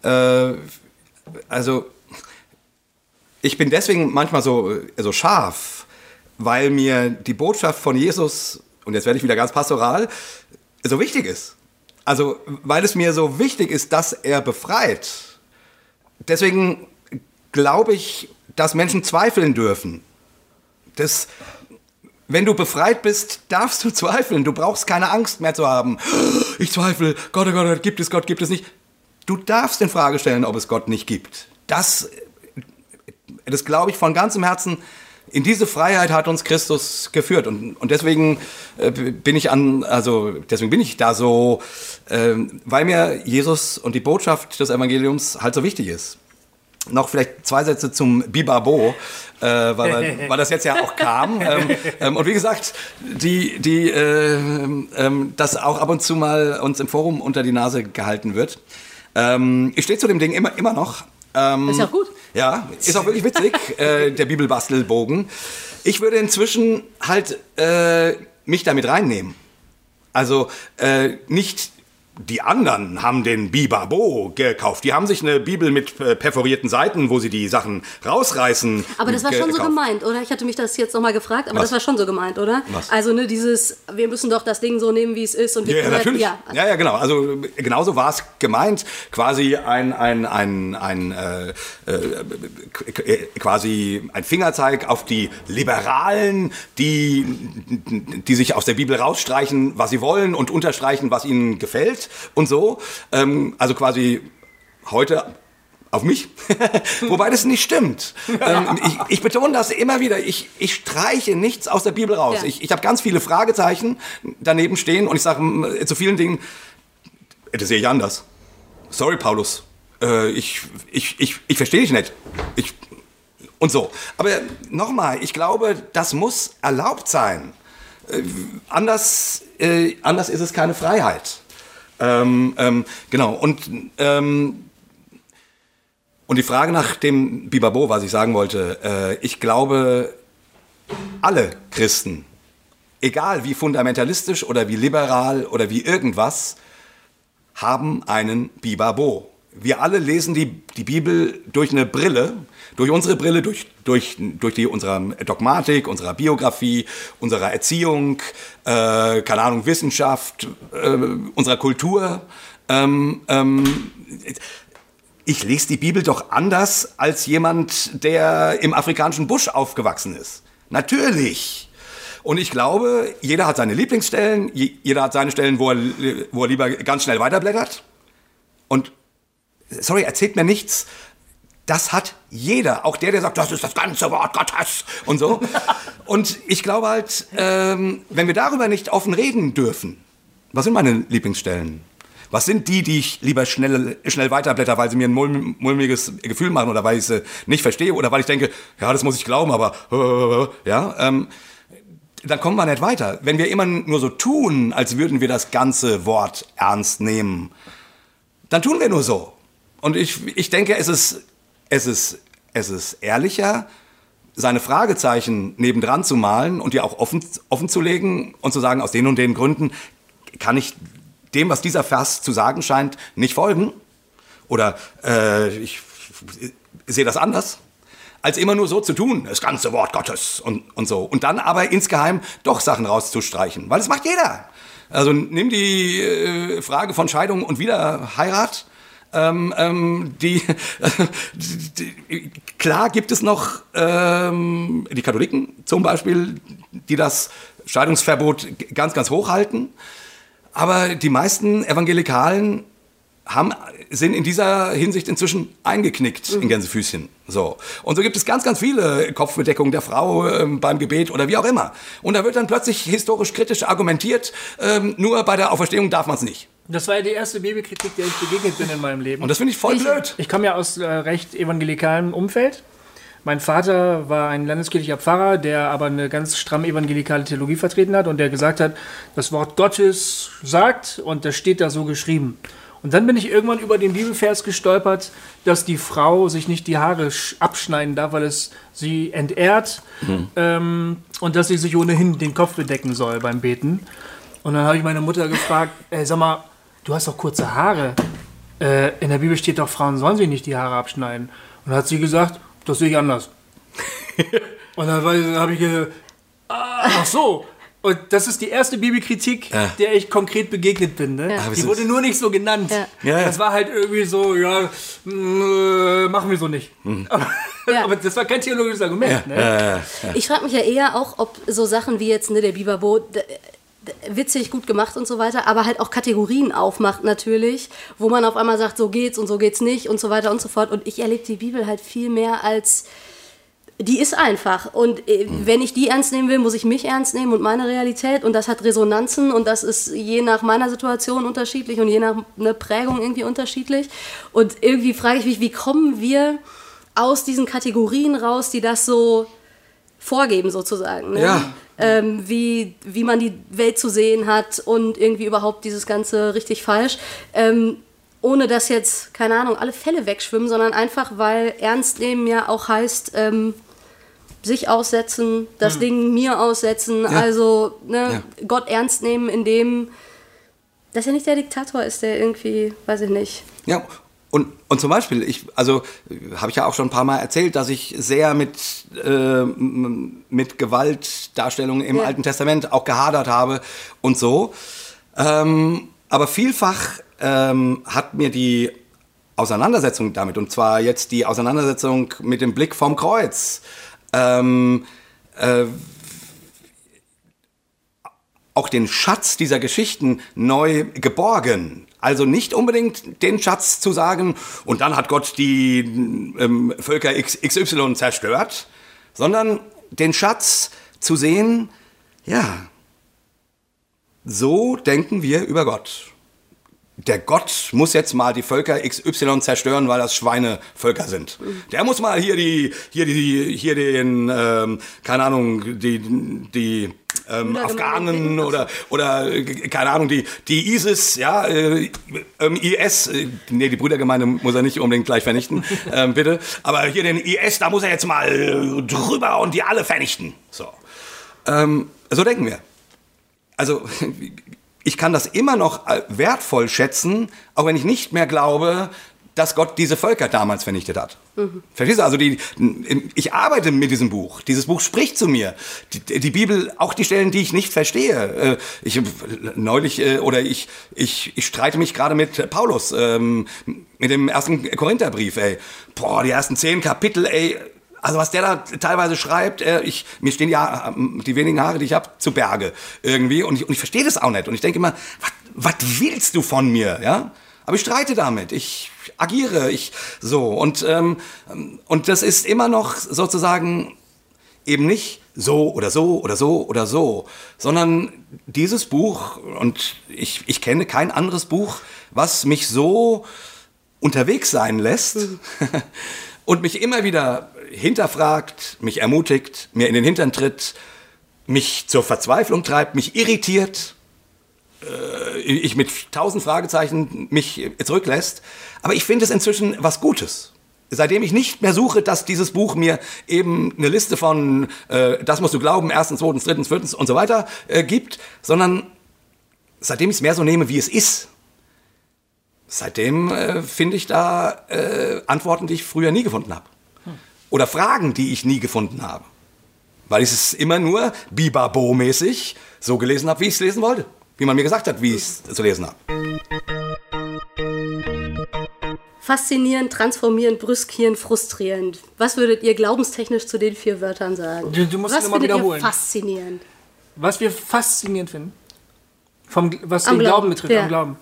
also ich bin deswegen manchmal so scharf, weil mir die Botschaft von Jesus, und jetzt werde ich wieder ganz pastoral, so wichtig ist. Also weil es mir so wichtig ist, dass er befreit. Deswegen glaube ich, dass Menschen zweifeln dürfen. Wenn du befreit bist, darfst du zweifeln. Du brauchst keine Angst mehr zu haben. Ich zweifle, Gott, oh Gott, gibt es nicht. Du darfst in Frage stellen, ob es Gott nicht gibt. Das glaube ich von ganzem Herzen. In diese Freiheit hat uns Christus geführt. Und deswegen bin ich da so, weil mir Jesus und die Botschaft des Evangeliums halt so wichtig ist. Noch vielleicht 2 Sätze zum Bibabo, weil das jetzt ja auch kam. Und wie gesagt, das auch ab und zu mal uns im Forum unter die Nase gehalten wird. Ich stehe zu dem Ding immer noch. Ist ja gut. Ja, ist auch wirklich witzig, der Bibelbastelbogen. Ich würde inzwischen halt mich damit reinnehmen. Also nicht die anderen haben den Bibabo gekauft. Die haben sich eine Bibel mit perforierten Seiten, wo sie die Sachen rausreißen. Aber das war schon so gemeint, oder? Ich hatte mich das jetzt nochmal gefragt, aber das war schon so gemeint, oder? Was? Also wir müssen doch das Ding so nehmen, wie es ist. Und ja, natürlich. Ja, genau. Also genauso war es gemeint. Quasi quasi ein Fingerzeig auf die Liberalen, die sich aus der Bibel rausstreichen, was sie wollen und unterstreichen, was ihnen gefällt. Und so, also quasi heute auf mich, wobei das nicht stimmt. Ich betone das immer wieder, ich streiche nichts aus der Bibel raus. Ja. Ich habe ganz viele Fragezeichen daneben stehen und ich sage zu vielen Dingen, das sehe ich anders. Sorry, Paulus, ich verstehe dich nicht. Und so. Aber nochmal, ich glaube, das muss erlaubt sein. Anders ist es keine Freiheit. Genau. Und die Frage nach dem Bibabo, was ich sagen wollte, ich glaube, alle Christen, egal wie fundamentalistisch oder wie liberal oder wie irgendwas, haben einen Bibabo. Wir alle lesen die Bibel durch eine Brille, durch unsere Brille, durch unserer Dogmatik, unserer Biografie, unserer Erziehung, keine Ahnung, Wissenschaft, unserer Kultur. Ich lese die Bibel doch anders als jemand, der im afrikanischen Busch aufgewachsen ist. Natürlich. Und ich glaube, jeder hat seine Lieblingsstellen, jeder hat seine Stellen, wo er lieber ganz schnell weiterblättert. Und sorry, erzählt mir nichts. Das hat jeder, auch der sagt, das ist das ganze Wort Gottes und so. Und ich glaube halt, wenn wir darüber nicht offen reden dürfen, was sind meine Lieblingsstellen? Was sind die ich lieber schnell weiterblätter, weil sie mir ein mulmiges Gefühl machen oder weil ich sie nicht verstehe oder weil ich denke, ja, das muss ich glauben, aber dann kommen wir nicht weiter. Wenn wir immer nur so tun, als würden wir das ganze Wort ernst nehmen, dann tun wir nur so. Und ich denke, es ist ehrlicher, seine Fragezeichen nebendran zu malen und die auch offen zu legen und zu sagen, aus den und den Gründen kann ich dem, was dieser Vers zu sagen scheint, nicht folgen. Oder ich sehe das anders, als immer nur so zu tun, das ganze Wort Gottes und so. Und dann aber insgeheim doch Sachen rauszustreichen, weil das macht jeder. Also nimm die Frage von Scheidung und Wiederheirat. Klar gibt es noch die Katholiken zum Beispiel, die das Scheidungsverbot ganz, ganz hoch halten. Aber die meisten Evangelikalen sind in dieser Hinsicht inzwischen eingeknickt in Gänsefüßchen. So. Und so gibt es ganz, ganz viele Kopfbedeckungen der Frau beim Gebet oder wie auch immer. Und da wird dann plötzlich historisch kritisch argumentiert, nur bei der Auferstehung darf man es nicht. Das war ja die erste Bibelkritik, der ich begegnet bin in meinem Leben. Und das finde ich voll blöd. Ich komme ja aus recht evangelikalem Umfeld. Mein Vater war ein landeskirchlicher Pfarrer, der aber eine ganz stramm evangelikale Theologie vertreten hat und der gesagt hat, das Wort Gottes sagt und das steht da so geschrieben. Und dann bin ich irgendwann über den Bibelvers gestolpert, dass die Frau sich nicht die Haare abschneiden darf, weil es sie entehrt und dass sie sich ohnehin den Kopf bedecken soll beim Beten. Und dann habe ich meine Mutter gefragt, sag mal, du hast doch kurze Haare. In der Bibel steht doch, Frauen sollen sich nicht die Haare abschneiden. Und dann hat sie gesagt, das sehe ich anders. Und dann habe ich gesagt, ach so. Und das ist die erste Bibelkritik, der ich konkret begegnet bin. Ne? Ja. Die wurde nur nicht so genannt. Ja. Das war halt irgendwie so, machen wir so nicht. Aber das war kein theologisches Argument. Ne? Ich frage mich ja eher auch, ob so Sachen wie jetzt der Bibabo, witzig, gut gemacht und so weiter, aber halt auch Kategorien aufmacht natürlich, wo man auf einmal sagt, so geht's und so geht's nicht und so weiter und so fort. Und ich erlebe die Bibel halt viel mehr als, die ist einfach. Und wenn ich die ernst nehmen will, muss ich mich ernst nehmen und meine Realität. Und das hat Resonanzen und das ist je nach meiner Situation unterschiedlich und je nach einer Prägung irgendwie unterschiedlich. Und irgendwie frage ich mich, wie kommen wir aus diesen Kategorien raus, die das so vorgeben sozusagen. Ne? Ja. Wie man die Welt zu sehen hat und irgendwie überhaupt dieses Ganze richtig falsch. Ohne dass jetzt, keine Ahnung, alle Fälle wegschwimmen, sondern einfach, weil ernst nehmen ja auch heißt, sich aussetzen, das Ding mir aussetzen, also Gott ernst nehmen, indem, dass er nicht der Diktator ist, der irgendwie, weiß ich nicht. Ja, und zum Beispiel, habe ich ja auch schon ein paar Mal erzählt, dass ich sehr mit Gewaltdarstellungen im Alten Testament auch gehadert habe und so. Aber vielfach hat mir die Auseinandersetzung damit, und zwar jetzt die Auseinandersetzung mit dem Blick vom Kreuz, auch den Schatz dieser Geschichten neu geborgen. Also nicht unbedingt den Schatz zu sagen, und dann hat Gott die Völker XY zerstört, sondern den Schatz zu sehen, ja, so denken wir über Gott. Der Gott muss jetzt mal die Völker XY zerstören, weil das Schweinevölker sind. Der muss mal hier den, keine Ahnung, die Afghanen oder keine Ahnung, die ISIS, ja, IS, nee, die Brüdergemeinde muss er nicht unbedingt gleich vernichten, bitte. Aber hier den IS, da muss er jetzt mal drüber und die alle vernichten. So denken wir. Also ich kann das immer noch wertvoll schätzen, auch wenn ich nicht mehr glaube, dass Gott diese Völker damals vernichtet hat. Verstehst du? Also ich arbeite mit diesem Buch. Dieses Buch spricht zu mir. Die Bibel, auch die Stellen, die ich nicht verstehe. Ich streite mich gerade mit Paulus, mit dem 1. Korintherbrief, ey. Boah, die ersten 10 Kapitel, ey. Also was der da teilweise schreibt, mir stehen ja die wenigen Haare, die ich habe, zu Berge irgendwie. Und ich verstehe das auch nicht. Und ich denke immer, was willst du von mir? Ja? Aber ich streite damit, ich agiere, Und das ist immer noch sozusagen eben nicht so oder so oder so oder so, sondern dieses Buch, und ich kenne kein anderes Buch, was mich so unterwegs sein lässt und mich immer wieder hinterfragt, mich ermutigt, mir in den Hintern tritt, mich zur Verzweiflung treibt, mich irritiert, ich mit 1000 Fragezeichen mich zurücklässt. Aber ich finde es inzwischen was Gutes. Seitdem ich nicht mehr suche, dass dieses Buch mir eben eine Liste von das musst du glauben, 1., 2., 3., 4. und so weiter gibt, sondern seitdem ich es mehr so nehme, wie es ist. Seitdem finde ich da Antworten, die ich früher nie gefunden habe. Oder Fragen, die ich nie gefunden habe. Weil ich es immer nur Bibabo-mäßig so gelesen habe, wie ich es lesen wollte. Wie man mir gesagt hat, wie ich es zu lesen habe. Faszinierend, transformierend, brüskierend, frustrierend. Was würdet ihr glaubenstechnisch zu den 4 Wörtern sagen? Du musst was nochmal wiederholen. Ihr faszinierend? Was wir faszinierend finden. Was am den Glauben betrifft, ja. am Glauben.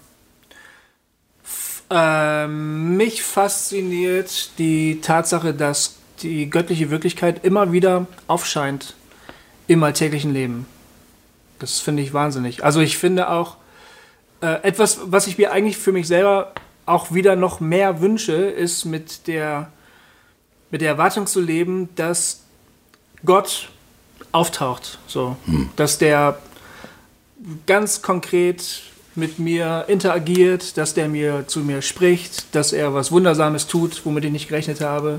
Mich fasziniert die Tatsache, dass die göttliche Wirklichkeit immer wieder aufscheint im alltäglichen Leben. Das finde ich wahnsinnig. Also ich finde auch, etwas, was ich mir eigentlich für mich selber auch wieder noch mehr wünsche, ist mit der Erwartung zu leben, dass Gott auftaucht. So. Dass der ganz konkret mit mir interagiert, dass der zu mir spricht, dass er was Wundersames tut, womit ich nicht gerechnet habe.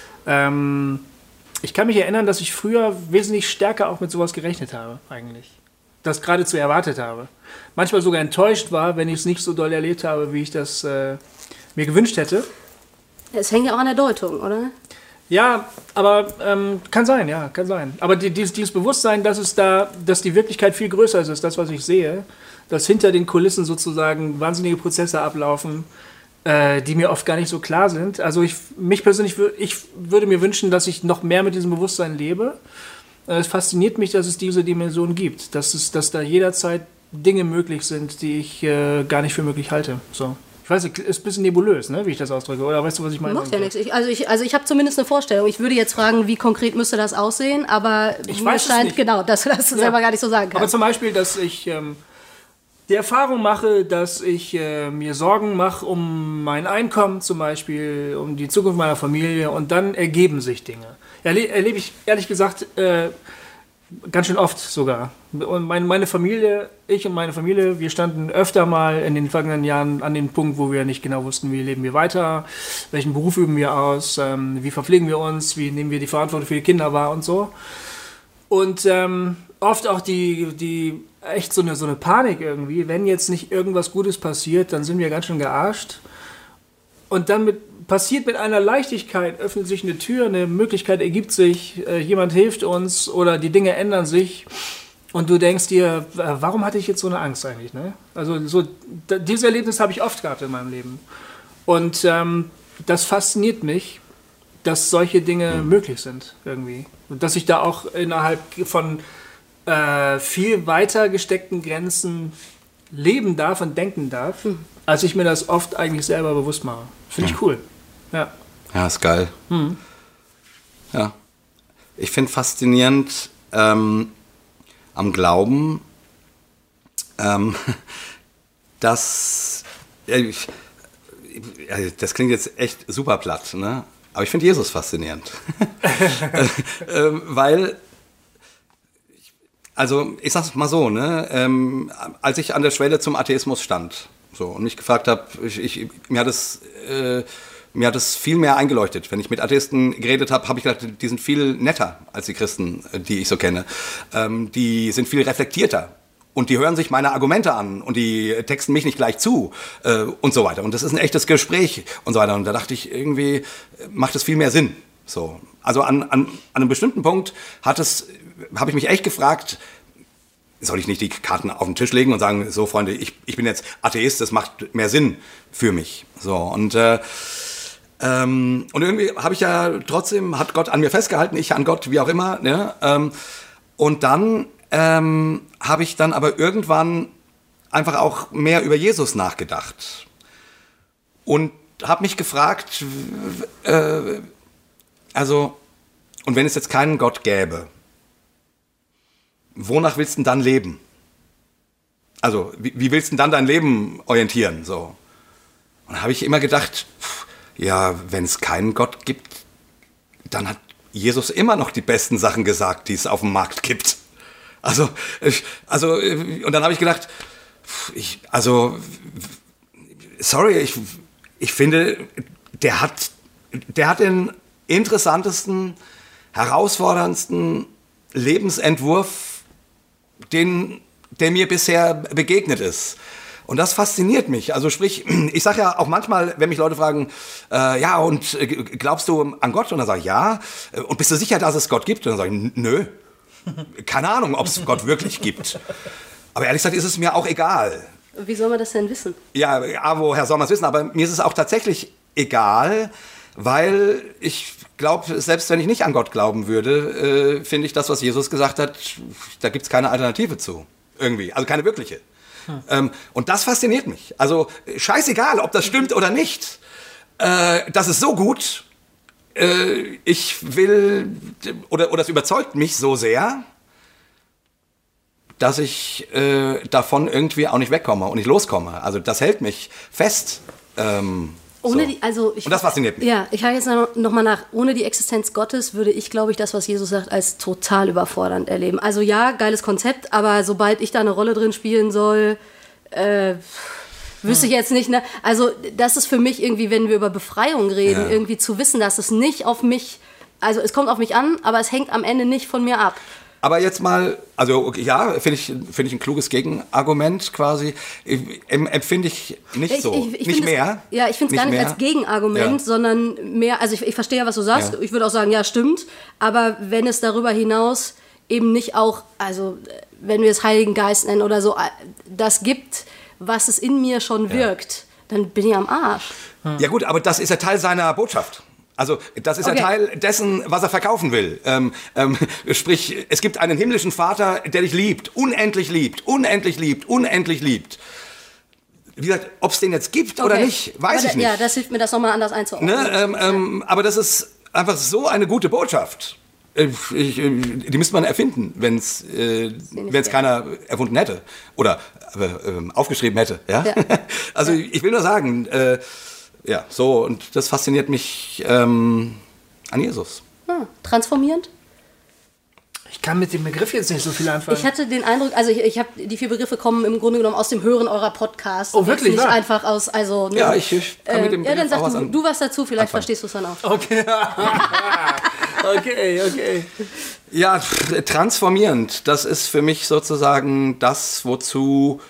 Ich kann mich erinnern, dass ich früher wesentlich stärker auch mit sowas gerechnet habe, eigentlich. Das geradezu erwartet habe. Manchmal sogar enttäuscht war, wenn ich es nicht so doll erlebt habe, wie ich das mir gewünscht hätte. Es hängt ja auch an der Deutung, oder? Ja, aber kann sein. Aber dieses Bewusstsein, dass die Wirklichkeit viel größer ist als das, was ich sehe, dass hinter den Kulissen sozusagen wahnsinnige Prozesse ablaufen, die mir oft gar nicht so klar sind. Also ich würde mir wünschen, dass ich noch mehr mit diesem Bewusstsein lebe. Es fasziniert mich, dass es diese Dimension gibt, dass da jederzeit Dinge möglich sind, die ich gar nicht für möglich halte. So. Ich weiß nicht, ist ein bisschen nebulös, ne, wie ich das ausdrücke, oder weißt du, was ich meine? Macht ja nichts. Ich habe zumindest eine Vorstellung. Ich würde jetzt fragen, wie konkret müsste das aussehen, aber mir scheint, genau, dass du das selber gar nicht so sagen kannst. Aber zum Beispiel, dass ich die Erfahrung mache, dass ich mir Sorgen mache um mein Einkommen zum Beispiel, um die Zukunft meiner Familie, und dann ergeben sich Dinge. Erlebe ich ehrlich gesagt ganz schön oft sogar. Und meine Familie, ich und meine Familie, wir standen öfter mal in den vergangenen Jahren an dem Punkt, wo wir nicht genau wussten, wie leben wir weiter, welchen Beruf üben wir aus, wie verpflegen wir uns, wie nehmen wir die Verantwortung für die Kinder wahr und so. Und oft auch die echt so eine Panik irgendwie, wenn jetzt nicht irgendwas Gutes passiert, dann sind wir ganz schön gearscht. Und dann passiert mit einer Leichtigkeit, öffnet sich eine Tür, eine Möglichkeit ergibt sich, jemand hilft uns oder die Dinge ändern sich und du denkst dir, warum hatte ich jetzt so eine Angst eigentlich? Ne? Also dieses Erlebnis habe ich oft gehabt in meinem Leben. Und das fasziniert mich, dass solche Dinge möglich sind irgendwie. Und dass ich da auch innerhalb von viel weiter gesteckten Grenzen leben darf und denken darf, als ich mir das oft eigentlich selber bewusst mache. Finde ich cool. Ja. Ja, ist geil. Ja. Ich finde faszinierend am Glauben, dass das klingt jetzt echt super platt, ne? Aber ich finde Jesus faszinierend. Weil, also ich sag's mal so, ne? Als ich an der Schwelle zum Atheismus stand, so, und mich gefragt habe, mir hat es viel mehr eingeleuchtet. Wenn ich mit Atheisten geredet habe, habe ich gedacht, die sind viel netter als die Christen, die ich so kenne. Die sind viel reflektierter. Und die hören sich meine Argumente an und die texten mich nicht gleich zu und so weiter. Und das ist ein echtes Gespräch und so weiter. Und da dachte ich, irgendwie macht es viel mehr Sinn. So. Also an einem bestimmten Punkt habe ich mich echt gefragt, soll ich nicht die Karten auf den Tisch legen und sagen, so Freunde, ich bin jetzt Atheist, das macht mehr Sinn für mich. So, und irgendwie habe ich ja trotzdem, hat Gott an mir festgehalten, ich an Gott, wie auch immer. Ne? Und dann habe ich dann aber irgendwann einfach auch mehr über Jesus nachgedacht. Und habe mich gefragt, und wenn es jetzt keinen Gott gäbe, wonach willst du denn dann leben? Also, wie willst du denn dann dein Leben orientieren? So. Und da habe ich immer gedacht, ja, wenn es keinen Gott gibt, dann hat Jesus immer noch die besten Sachen gesagt, die es auf dem Markt gibt. Und dann habe ich gedacht, ich finde, der hat den interessantesten, herausforderndsten Lebensentwurf, der mir bisher begegnet ist. Und das fasziniert mich. Also sprich, ich sage ja auch manchmal, wenn mich Leute fragen, glaubst du an Gott? Und dann sage ich, ja. Und bist du sicher, dass es Gott gibt? Und dann sage ich, nö. Keine Ahnung, ob es Gott wirklich gibt. Aber ehrlich gesagt ist es mir auch egal. Wie soll man das denn wissen? Ja, woher soll man es wissen? Aber mir ist es auch tatsächlich egal, weil ich glaube, selbst wenn ich nicht an Gott glauben würde, finde ich das, was Jesus gesagt hat, da gibt es keine Alternative zu. Irgendwie, also keine wirkliche. Und das fasziniert mich. Also scheißegal, ob das stimmt oder nicht. Das ist so gut. Ich will, oder es überzeugt mich so sehr, dass ich davon irgendwie auch nicht wegkomme und nicht loskomme. Also das hält mich fest. Und das fasziniert mich. Ja, ich habe jetzt noch mal nach, ohne die Existenz Gottes würde ich, glaube ich, das, was Jesus sagt, als total überfordernd erleben. Also ja, geiles Konzept, aber sobald ich da eine Rolle drin spielen soll, wüsste ich jetzt nicht. Ne? Also das ist für mich irgendwie, wenn wir über Befreiung reden, irgendwie zu wissen, dass es nicht auf mich, also es kommt auf mich an, aber es hängt am Ende nicht von mir ab. Aber jetzt mal, also ja, finde ich ein kluges Gegenargument quasi. Empfinde ich nicht so. Nicht mehr. Ich finde es gar nicht als Gegenargument, sondern mehr, also ich verstehe ja, was du sagst. Ja. Ich würde auch sagen, ja, stimmt. Aber wenn es darüber hinaus eben nicht auch, also wenn wir es Heiligen Geist nennen oder so, das gibt, was es in mir schon wirkt, dann bin ich am Arsch. Ja gut, aber das ist ja Teil seiner Botschaft. Also das ist ja Teil dessen, was er verkaufen will. Sprich, es gibt einen himmlischen Vater, der dich liebt, unendlich liebt, unendlich liebt, unendlich liebt. Wie gesagt, ob es den jetzt gibt oder nicht, weiß ich nicht. Ja, das hilft mir, das nochmal anders einzuordnen. Ne? Aber das ist einfach so eine gute Botschaft. Die müsste man erfinden, wenn es keiner erfunden hätte oder aufgeschrieben hätte. Ja? Also ich will nur sagen... ja, so, und das fasziniert mich an Jesus. Transformierend? Ich kann mit dem Begriff jetzt nicht so viel anfangen. Ich hatte den Eindruck, also ich habe die 4 Begriffe kommen im Grunde genommen aus dem Hören eurer Podcasts. Oh, wirklich? Nicht einfach aus, also... Ne, ja, ich kann mit dem Begriff dann sag auch was du was dazu, vielleicht verstehst du es dann auch. Okay. Okay. Ja, transformierend, das ist für mich sozusagen das, wozu...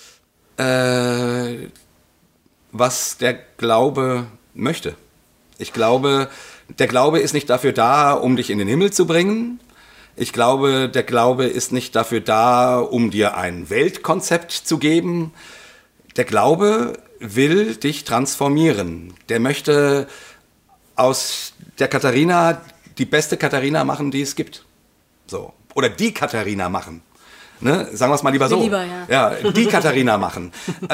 was der Glaube möchte. Ich glaube, der Glaube ist nicht dafür da, um dich in den Himmel zu bringen. Ich glaube, der Glaube ist nicht dafür da, um dir ein Weltkonzept zu geben. Der Glaube will dich transformieren. Der möchte aus der Katharina die beste Katharina machen, die es gibt. So. Oder die Katharina machen. Ne? Sagen wir es mal lieber so. Lieber, ja, die Katharina machen.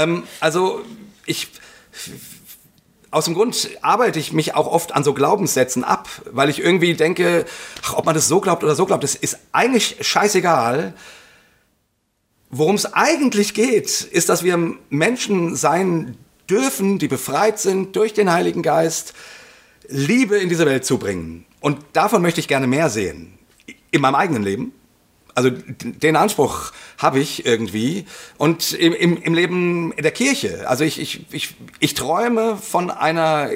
Aus dem Grund arbeite ich mich auch oft an so Glaubenssätzen ab, weil ich irgendwie denke, ob man das so glaubt oder so glaubt, das ist eigentlich scheißegal. Worum es eigentlich geht, ist, dass wir Menschen sein dürfen, die befreit sind durch den Heiligen Geist, Liebe in diese Welt zu bringen. Und davon möchte ich gerne mehr sehen. In meinem eigenen Leben. Also den Anspruch habe ich irgendwie und im Leben in der Kirche. Also ich träume von einer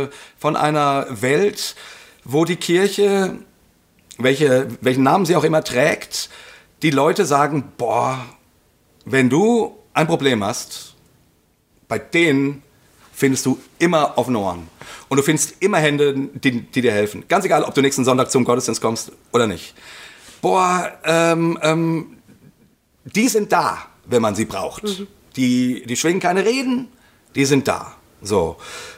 Welt, wo die Kirche, welchen Namen sie auch immer trägt, die Leute sagen, boah, wenn du ein Problem hast, bei denen findest du immer offene Ohren. Und du findest immer Hände, die dir helfen. Ganz egal, ob du nächsten Sonntag zum Gottesdienst kommst oder nicht. Boah, die sind da, wenn man sie braucht. Mhm. Die schwingen keine Reden, die sind da. So.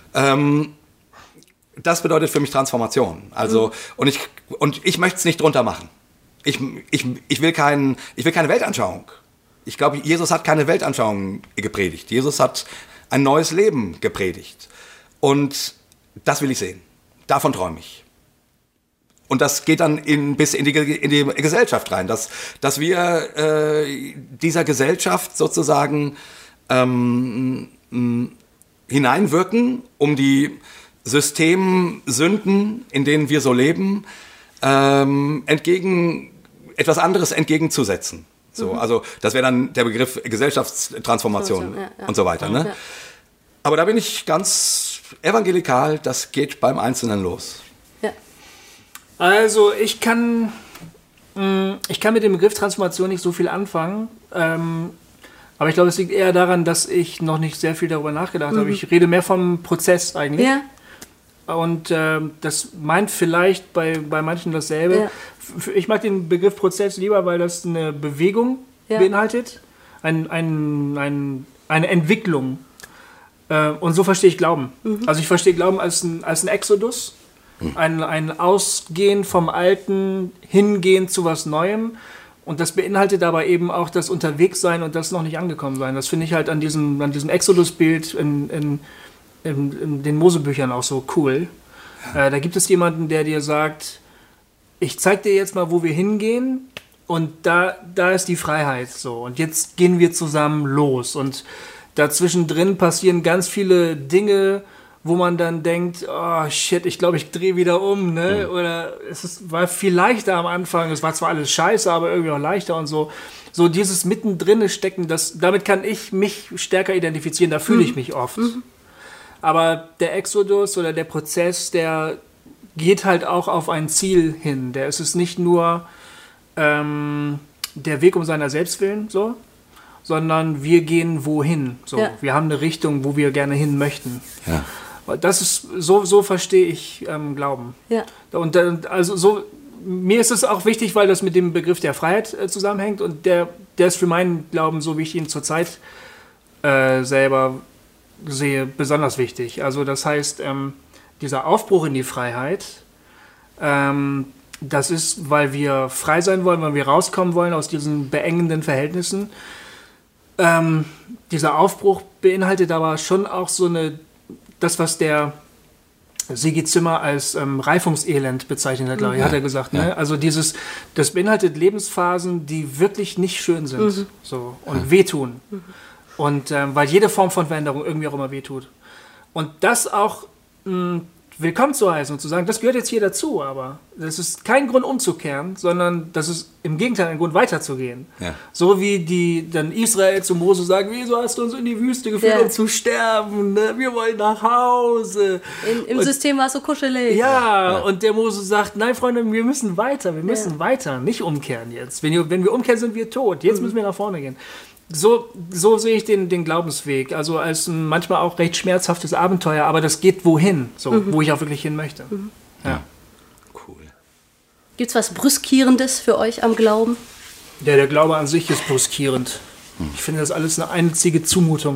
Das bedeutet für mich Transformation. Also, und ich möchte es nicht drunter machen. Ich will keine Weltanschauung. Ich glaube, Jesus hat keine Weltanschauung gepredigt. Jesus hat ein neues Leben gepredigt. Und das will ich sehen. Davon träume ich. Und das geht dann bis in die Gesellschaft rein, dass wir dieser Gesellschaft sozusagen hineinwirken, um die Systemsünden, in denen wir so leben, etwas anderes entgegenzusetzen. So, also das wäre dann der Begriff Gesellschaftstransformation und so weiter. Ne? Ja. Aber da bin ich ganz evangelikal, das geht beim Einzelnen los. Also ich kann mit dem Begriff Transformation nicht so viel anfangen, aber ich glaube, es liegt eher daran, dass ich noch nicht sehr viel darüber nachgedacht habe. Ich rede mehr vom Prozess eigentlich. Ja. Und das meint vielleicht bei manchen dasselbe. Ja. Ich mag den Begriff Prozess lieber, weil das eine Bewegung beinhaltet, eine Entwicklung. Und so verstehe ich Glauben. Also ich verstehe Glauben als ein Exodus. Ein Ausgehen vom Alten, Hingehen zu was Neuem. Und das beinhaltet aber eben auch das Unterwegssein und das noch nicht angekommen sein. Das finde ich halt an diesem Exodus-Bild in den Mosebüchern auch so cool. Da gibt es jemanden, der dir sagt, ich zeig dir jetzt mal, wo wir hingehen Und da ist die Freiheit so. Und jetzt gehen wir zusammen los. Und dazwischen drin passieren ganz viele Dinge, wo man dann denkt, oh shit, ich glaube, ich drehe wieder um, ne? Oder war viel leichter am Anfang. Es war zwar alles scheiße, aber irgendwie auch leichter und so. So dieses mittendrin stecken, damit kann ich mich stärker identifizieren. Da fühle ich mich oft. Aber der Exodus oder der Prozess, der geht halt auch auf ein Ziel hin. Es ist nicht nur der Weg um seiner selbst willen, so, sondern wir gehen wohin. So. Ja. Wir haben eine Richtung, wo wir gerne hin möchten. Ja. Das ist, so verstehe ich Glauben. Ja. Und also so, mir ist es auch wichtig, weil das mit dem Begriff der Freiheit zusammenhängt und der ist für meinen Glauben, so wie ich ihn zurzeit selber sehe, besonders wichtig. Also das heißt, dieser Aufbruch in die Freiheit, das ist, weil wir frei sein wollen, weil wir rauskommen wollen aus diesen beengenden Verhältnissen. Dieser Aufbruch beinhaltet aber schon auch das, was der Sigi Zimmer als Reifungselend bezeichnet hat, glaube ich, hat er gesagt. Ne? Also das beinhaltet Lebensphasen, die wirklich nicht schön sind so, und wehtun. Und weil jede Form von Veränderung irgendwie auch immer wehtut. Und das auch willkommen zu heißen und zu sagen, das gehört jetzt hier dazu, aber das ist kein Grund umzukehren, sondern das ist im Gegenteil ein Grund weiterzugehen. Ja. So wie die dann Israel zu Mose sagen, wieso hast du uns in die Wüste geführt, um zu sterben? Ne? Wir wollen nach Hause. Im System war es so kuschelig. Ja, und der Mose sagt, nein Freunde, wir müssen weiter, nicht umkehren jetzt. Wenn wir umkehren, sind wir tot. Jetzt müssen wir nach vorne gehen. So sehe ich den Glaubensweg, also als ein manchmal auch recht schmerzhaftes Abenteuer, aber das geht wohin, wo ich auch wirklich hin möchte. Ja. Cool. Gibt's was Brüskierendes für euch am Glauben? Ja, der Glaube an sich ist brüskierend. Ich finde das alles eine einzige Zumutung.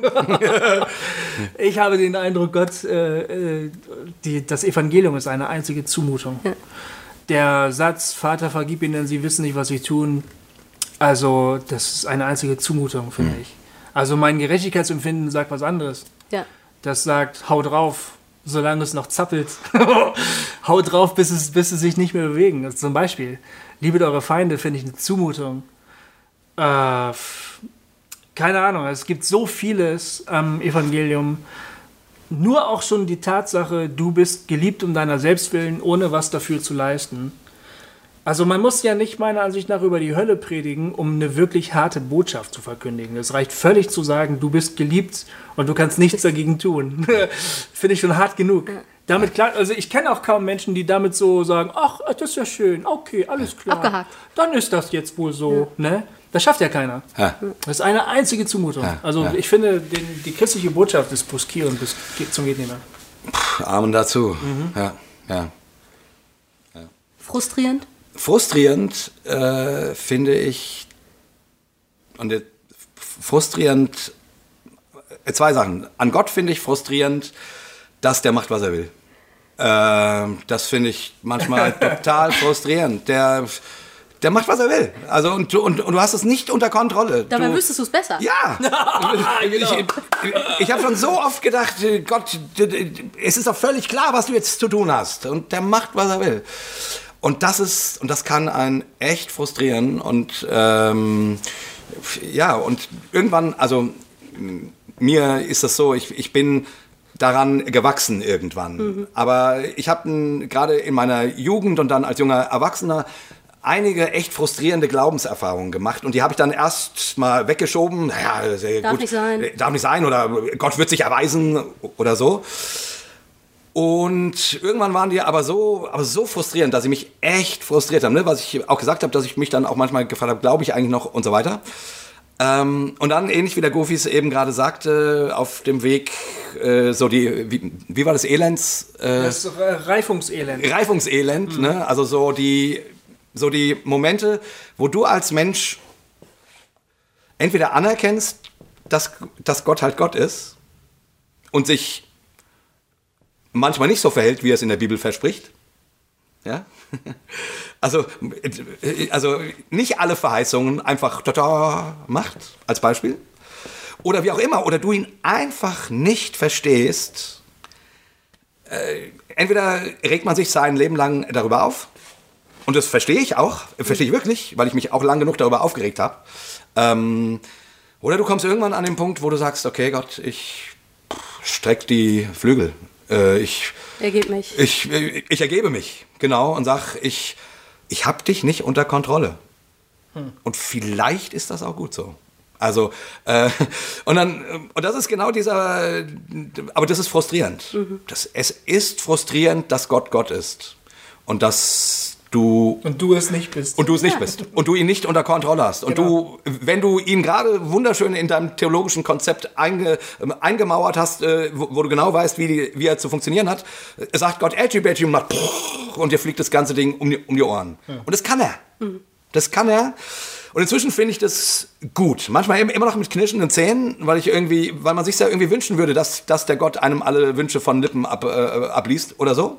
Ich habe den Eindruck, Gott, das Evangelium ist eine einzige Zumutung. Ja. Der Satz, Vater, vergib ihnen, denn sie wissen nicht, was sie tun, also, das ist eine einzige Zumutung, finde ich. Also, mein Gerechtigkeitsempfinden sagt was anderes. Ja. Das sagt, hau drauf, solange es noch zappelt. Hau drauf, bis sie sich nicht mehr bewegen. Also zum Beispiel, liebet eure Feinde, finde ich eine Zumutung. Keine Ahnung, es gibt so vieles am Evangelium. Nur auch schon die Tatsache, du bist geliebt um deiner selbst willen, ohne was dafür zu leisten. Also man muss ja nicht meiner Ansicht nach über die Hölle predigen, um eine wirklich harte Botschaft zu verkündigen. Es reicht völlig zu sagen, du bist geliebt und du kannst nichts dagegen tun. Finde ich schon hart genug. Damit klar, also ich kenne auch kaum Menschen, die damit so sagen, ach, das ist ja schön, okay, alles klar. Abgehakt. Dann ist das jetzt wohl so. Ne? Das schafft ja keiner. Ja. Das ist eine einzige Zumutung. Ja. Also ich finde, die christliche Botschaft ist bruskierend bis zum geht nicht mehr. Amen dazu. Ja. Frustrierend? Frustrierend finde ich, frustrierend, zwei Sachen. An Gott finde ich frustrierend, dass der macht, was er will. Das finde ich manchmal total frustrierend. Der macht, was er will. Also, und du hast es nicht unter Kontrolle. Dabei wüsstest du es besser. Ja. Ich habe schon so oft gedacht, Gott, es ist doch völlig klar, was du jetzt zu tun hast. Und der macht, was er will. Und das kann einen echt frustrieren und und irgendwann, also mir ist das so, ich bin daran gewachsen irgendwann. Aber ich habe gerade in meiner Jugend und dann als junger Erwachsener einige echt frustrierende Glaubenserfahrungen gemacht und die habe ich dann erst mal weggeschoben. Naja, darf nicht sein. Darf nicht sein oder Gott wird sich erweisen oder so. Und irgendwann waren die aber so frustrierend, dass sie mich echt frustriert haben. Ne? Was ich auch gesagt habe, dass ich mich dann auch manchmal gefragt habe, glaube ich eigentlich noch und so weiter. Und dann, ähnlich wie der Goofy es eben gerade sagte, auf dem Weg, wie war das, Elends? Das Reifungselend. Reifungselend, ne? Also so die Momente, wo du als Mensch entweder anerkennst, dass Gott halt Gott ist und sich manchmal nicht so verhält, wie er es in der Bibel verspricht. Ja? Also nicht alle Verheißungen einfach tata macht, als Beispiel. Oder wie auch immer. Oder du ihn einfach nicht verstehst. Entweder regt man sich sein Leben lang darüber auf Und das verstehe ich auch, verstehe ich wirklich, weil ich mich auch lang genug darüber aufgeregt habe. Oder du kommst irgendwann an den Punkt, wo du sagst, okay Gott, ich streck die Flügel. Ich ergebe mich, genau, und sag, ich habe dich nicht unter Kontrolle. Und vielleicht ist das auch gut so. Also, und das ist genau aber das ist frustrierend. Es ist frustrierend, dass Gott ist. Und dass du es nicht bist. Und du es nicht bist. Und du ihn nicht unter Kontrolle hast. Und wenn du ihn gerade wunderschön in deinem theologischen Konzept eingemauert hast, wo du genau weißt, wie er zu funktionieren hat, sagt Gott, Edgy, und macht und dir fliegt das ganze Ding um die Ohren. Ja. Und das kann er. Das kann er. Und inzwischen finde ich das gut. Manchmal immer noch mit knirschenden Zähnen, weil man sich ja irgendwie wünschen würde, dass der Gott einem alle Wünsche von Lippen abliest oder so.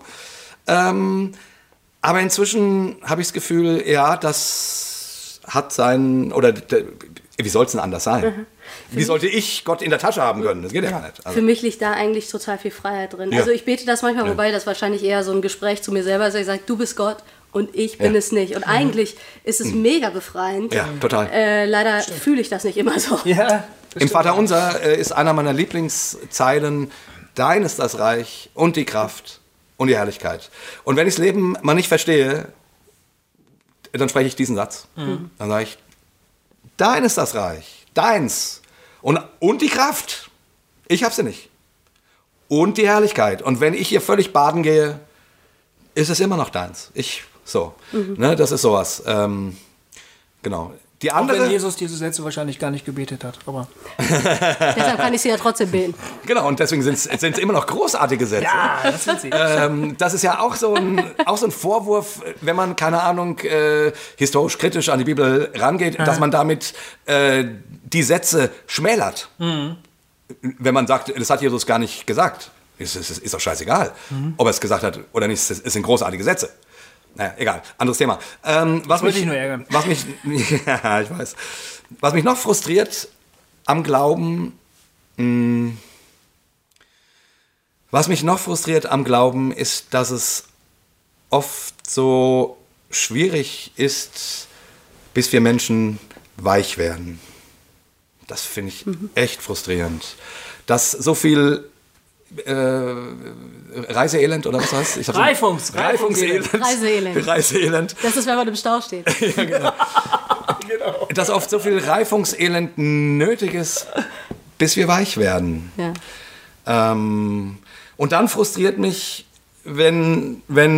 Aber inzwischen habe ich das Gefühl, ja, das hat wie soll es denn anders sein? Wie sollte ich Gott in der Tasche haben können? Das geht ja gar nicht. Also. Für mich liegt da eigentlich total viel Freiheit drin. Ja. Also ich bete das manchmal, wobei das wahrscheinlich eher so ein Gespräch zu mir selber ist, dass ich sage, du bist Gott und ich bin es nicht. Und eigentlich ist es mega befreiend. Ja, total. Leider fühle ich das nicht immer so. Ja, im Vaterunser ist einer meiner Lieblingszeilen, dein ist das Reich und die Kraft und die Herrlichkeit. Und wenn ich das Leben mal nicht verstehe, dann spreche ich diesen Satz. Dann sage ich, dein ist das Reich, deins und die Kraft. Ich habe sie nicht. Und die Herrlichkeit. Und wenn ich hier völlig baden gehe, ist es immer noch deins. Ne, das ist sowas. Genau. Die andere, auch wenn Jesus diese Sätze wahrscheinlich gar nicht gebetet hat. Aber deshalb kann ich sie ja trotzdem beten. Genau, und deswegen sind es immer noch großartige Sätze. Ja, das sind sie. Das ist ja auch so ein Vorwurf, wenn man, keine Ahnung, historisch kritisch an die Bibel rangeht, dass man damit die Sätze schmälert. Wenn man sagt, das hat Jesus gar nicht gesagt. Ist doch scheißegal, ob er es gesagt hat oder nicht. Es sind großartige Sätze. Naja, egal, anderes Thema. Was mich nur ärgern. Ja, ich weiß. Was mich noch frustriert am Glauben, ist, dass es oft so schwierig ist, bis wir Menschen weich werden. Das finde ich echt frustrierend. Dass so viel Reiseelend oder was heißt? Reiseelend. Das ist, wenn man im Stau steht. Ja, genau. Dass oft so viel Reifungselend nötig ist, bis wir weich werden. Ja. Und dann frustriert mich, wenn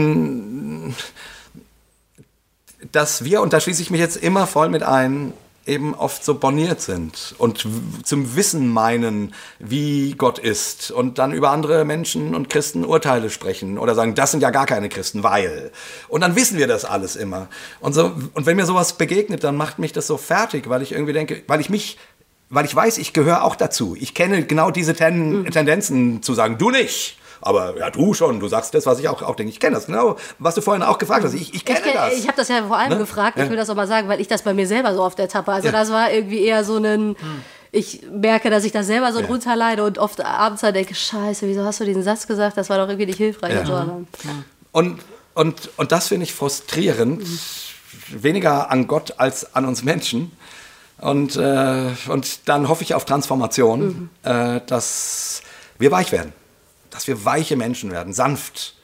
dass wir, und da schließe ich mich jetzt immer voll mit ein, eben oft so borniert sind und zum Wissen meinen, wie Gott ist und dann über andere Menschen und Christen Urteile sprechen oder sagen, das sind ja gar keine Christen, weil. Und dann wissen wir das alles immer. Und wenn mir sowas begegnet, dann macht mich das so fertig, weil ich irgendwie denke, weil ich weiß, ich gehöre auch dazu. Ich kenne genau diese Tendenzen zu sagen, du nicht. Aber ja, du schon, du sagst das, was ich auch denke. Ich kenne das genau, was du vorhin auch gefragt hast. Ich kenne das. Ich habe das ja vor allem gefragt, ich will das auch mal sagen, weil ich das bei mir selber so oft ertappe. Also das war irgendwie eher so ich merke, dass ich das selber so runterleide und oft abends halt denke, scheiße, wieso hast du diesen Satz gesagt? Das war doch irgendwie nicht hilfreich. Ja. Und das finde ich frustrierend, weniger an Gott als an uns Menschen. Und dann hoffe ich auf Transformation, dass wir weich werden. Dass wir weiche Menschen werden, sanft,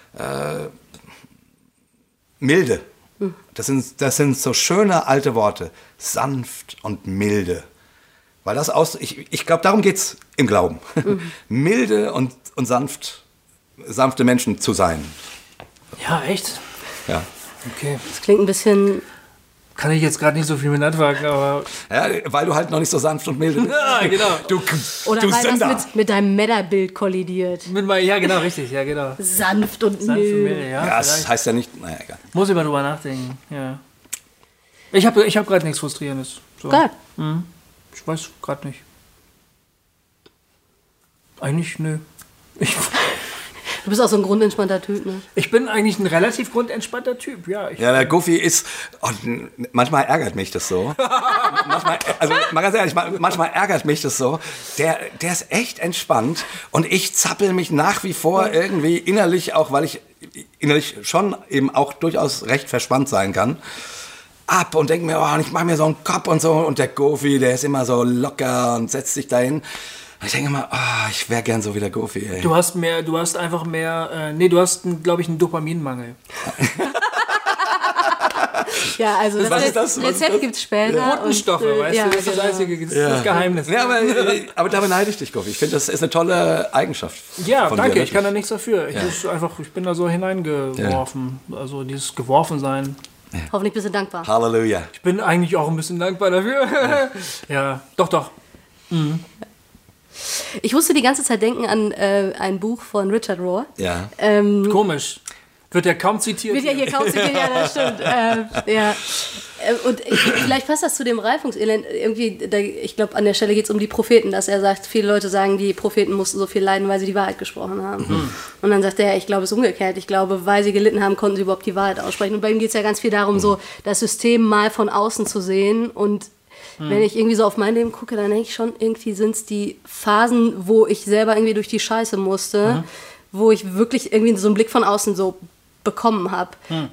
milde. Das sind so schöne alte Worte, sanft und milde. Weil ich glaube, darum geht es im Glauben. Milde und sanfte Menschen zu sein. Ja, echt? Ja. Okay. Das klingt ein bisschen... Kann ich jetzt gerade nicht so viel mit anfangen, aber... Ja, weil du halt noch nicht so sanft und milde bist. Ja, genau. Oder du weil das mit deinem Männerbild kollidiert. Ja, genau, richtig, ja, genau. Sanft und milde. Ja, das heißt ja nicht... Naja, egal. Muss ich mal drüber nachdenken, ja. Ich hab gerade nichts Frustrierendes. So. Geil. Ich weiß gerade nicht. Eigentlich, nö. Du bist auch so ein grundentspannter Typ, ne? Ich bin eigentlich ein relativ grundentspannter Typ, ja. Der Goofy ist... manchmal ärgert mich das so. Manchmal ärgert mich das so. Der ist echt entspannt und ich zappel mich nach wie vor irgendwie innerlich, auch weil ich innerlich schon eben auch durchaus recht verspannt sein kann, ab und denke mir, oh, ich mache mir so einen Kopf und so. Und der Goofy, der ist immer so locker und setzt sich dahin. Und ich denke immer, oh, ich wäre gern so wie der Goofy. Ey. Du hast, glaube ich, einen Dopaminmangel. Ja, also das Rezept gibt es später. Botenstoffe, weißt du, das ist das einzige das Geheimnis. Ja, aber dabei neide ich dich, Goofy. Ich finde, das ist eine tolle Eigenschaft. Ja, von danke, dir, ich kann da nichts dafür. Ich bin da so hineingeworfen. Ja. Also dieses Geworfensein. Ja. Hoffentlich bist du dankbar. Halleluja. Ich bin eigentlich auch ein bisschen dankbar dafür. Ja, doch. Mhm. Ich musste die ganze Zeit denken an ein Buch von Richard Rohr. Ja. Komisch. Wird ja kaum zitiert. Wird ja hier kaum zitiert, ja, das stimmt. Ja. Und vielleicht passt das zu dem Reifungselend. Irgendwie, ich glaube, an der Stelle geht es um die Propheten, dass er sagt, viele Leute sagen, die Propheten mussten so viel leiden, weil sie die Wahrheit gesprochen haben. Mhm. Und dann sagt er, ich glaube, es ist umgekehrt. Ich glaube, weil sie gelitten haben, konnten sie überhaupt die Wahrheit aussprechen. Und bei ihm geht es ja ganz viel darum, so das System mal von außen zu sehen. Und wenn ich irgendwie so auf mein Leben gucke, dann denke ich schon, irgendwie sind es die Phasen, wo ich selber irgendwie durch die Scheiße musste, wo ich wirklich irgendwie so einen Blick von außen so bekommen habe.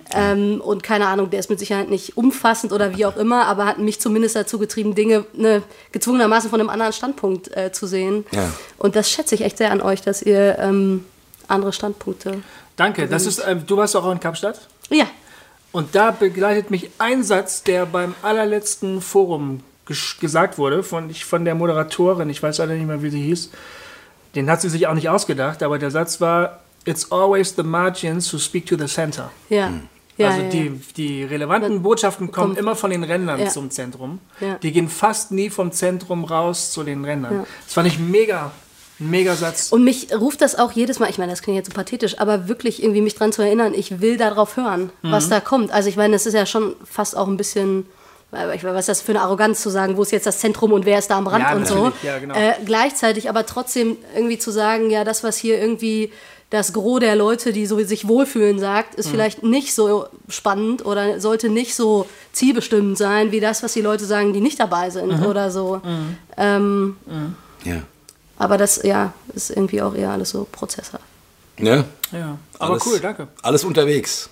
Und keine Ahnung, der ist mit Sicherheit nicht umfassend oder wie auch immer, aber hat mich zumindest dazu getrieben, Dinge gezwungenermaßen von einem anderen Standpunkt zu sehen. Ja. Und das schätze ich echt sehr an euch, dass ihr andere Standpunkte... Danke. Das ist, du warst auch in Kapstadt? Ja. Und da begleitet mich ein Satz, der beim allerletzten Forum gesagt wurde, von der Moderatorin, ich weiß leider nicht mehr, wie sie hieß, den hat sie sich auch nicht ausgedacht, aber der Satz war: It's always the margins who speak to the center. Ja. Also die relevanten Botschaften kommen immer von den Rändern zum Zentrum. Ja. Die gehen fast nie vom Zentrum raus zu den Rändern. Ja. Das fand ich mega Satz. Und mich ruft das auch jedes Mal, ich meine, das klingt jetzt so pathetisch, aber wirklich irgendwie mich dran zu erinnern, ich will darauf hören, was da kommt. Also ich meine, das ist ja schon fast auch ein bisschen... Ich weiß, was ist das für eine Arroganz zu sagen, wo ist jetzt das Zentrum und wer ist da am Rand und so. Ja, genau. Gleichzeitig aber trotzdem irgendwie zu sagen, ja, das, was hier irgendwie das Gros der Leute, die so sich wohlfühlen, sagt, ist vielleicht nicht so spannend oder sollte nicht so zielbestimmend sein, wie das, was die Leute sagen, die nicht dabei sind oder so. Ja. Aber das, ist irgendwie auch eher alles so prozesshaft. Ja. Ja, aber cool, danke. Alles unterwegs.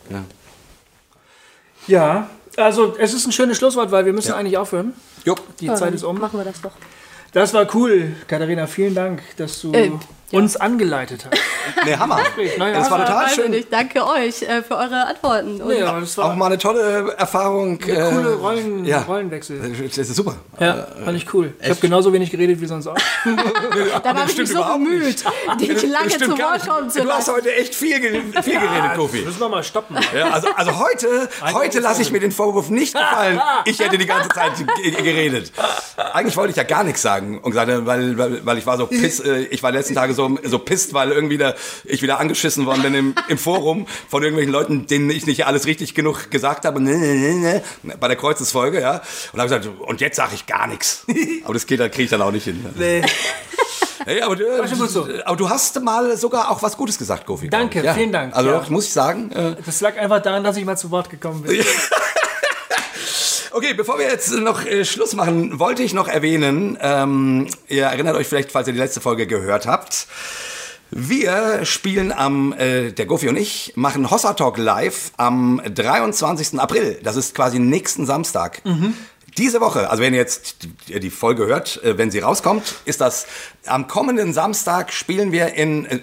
Ja, also es ist ein schönes Schlusswort, weil wir müssen eigentlich aufhören. Jupp. Die Zeit ist um. Machen wir das doch. Das war cool, Katharina. Vielen Dank, dass du uns angeleitet hast. Nee, Hammer. Das war total schön. Ich danke euch für eure Antworten. Und das war auch mal eine tolle Erfahrung. Coole Rollenwechsel. Das ist super. Ja, fand ich cool. Ich habe genauso wenig geredet wie sonst auch. Da war ich mich so bemüht, dich lange zu Wort kommen zu lassen. Du hast heute echt viel geredet, Kofi. Müssen wir mal stoppen. Ja, also heute lasse ich mir den Vorwurf nicht gefallen, ich hätte die ganze Zeit geredet. Eigentlich wollte ich ja gar nichts sagen, und gesagt, weil ich war so ich war die letzten Tage so pisst, weil irgendwie ich wieder angeschissen worden bin im Forum von irgendwelchen Leuten, denen ich nicht alles richtig genug gesagt habe, bei der Kreuzesfolge, ja. Und habe gesagt, und jetzt sage ich gar nichts. Aber das kriege ich dann auch nicht hin. Nee. Hey, aber du hast mal sogar auch was Gutes gesagt, Kofi. Danke, vielen Dank. Also muss ich sagen. Das lag einfach daran, dass ich mal zu Wort gekommen bin. Okay, bevor wir jetzt noch Schluss machen, wollte ich noch erwähnen, ihr erinnert euch vielleicht, falls ihr die letzte Folge gehört habt, wir spielen der Gofi und ich, machen Hossa Talk live am 23. April. Das ist quasi nächsten Samstag. Diese Woche, also wenn ihr jetzt die Folge hört, wenn sie rauskommt, ist das am kommenden Samstag sind wir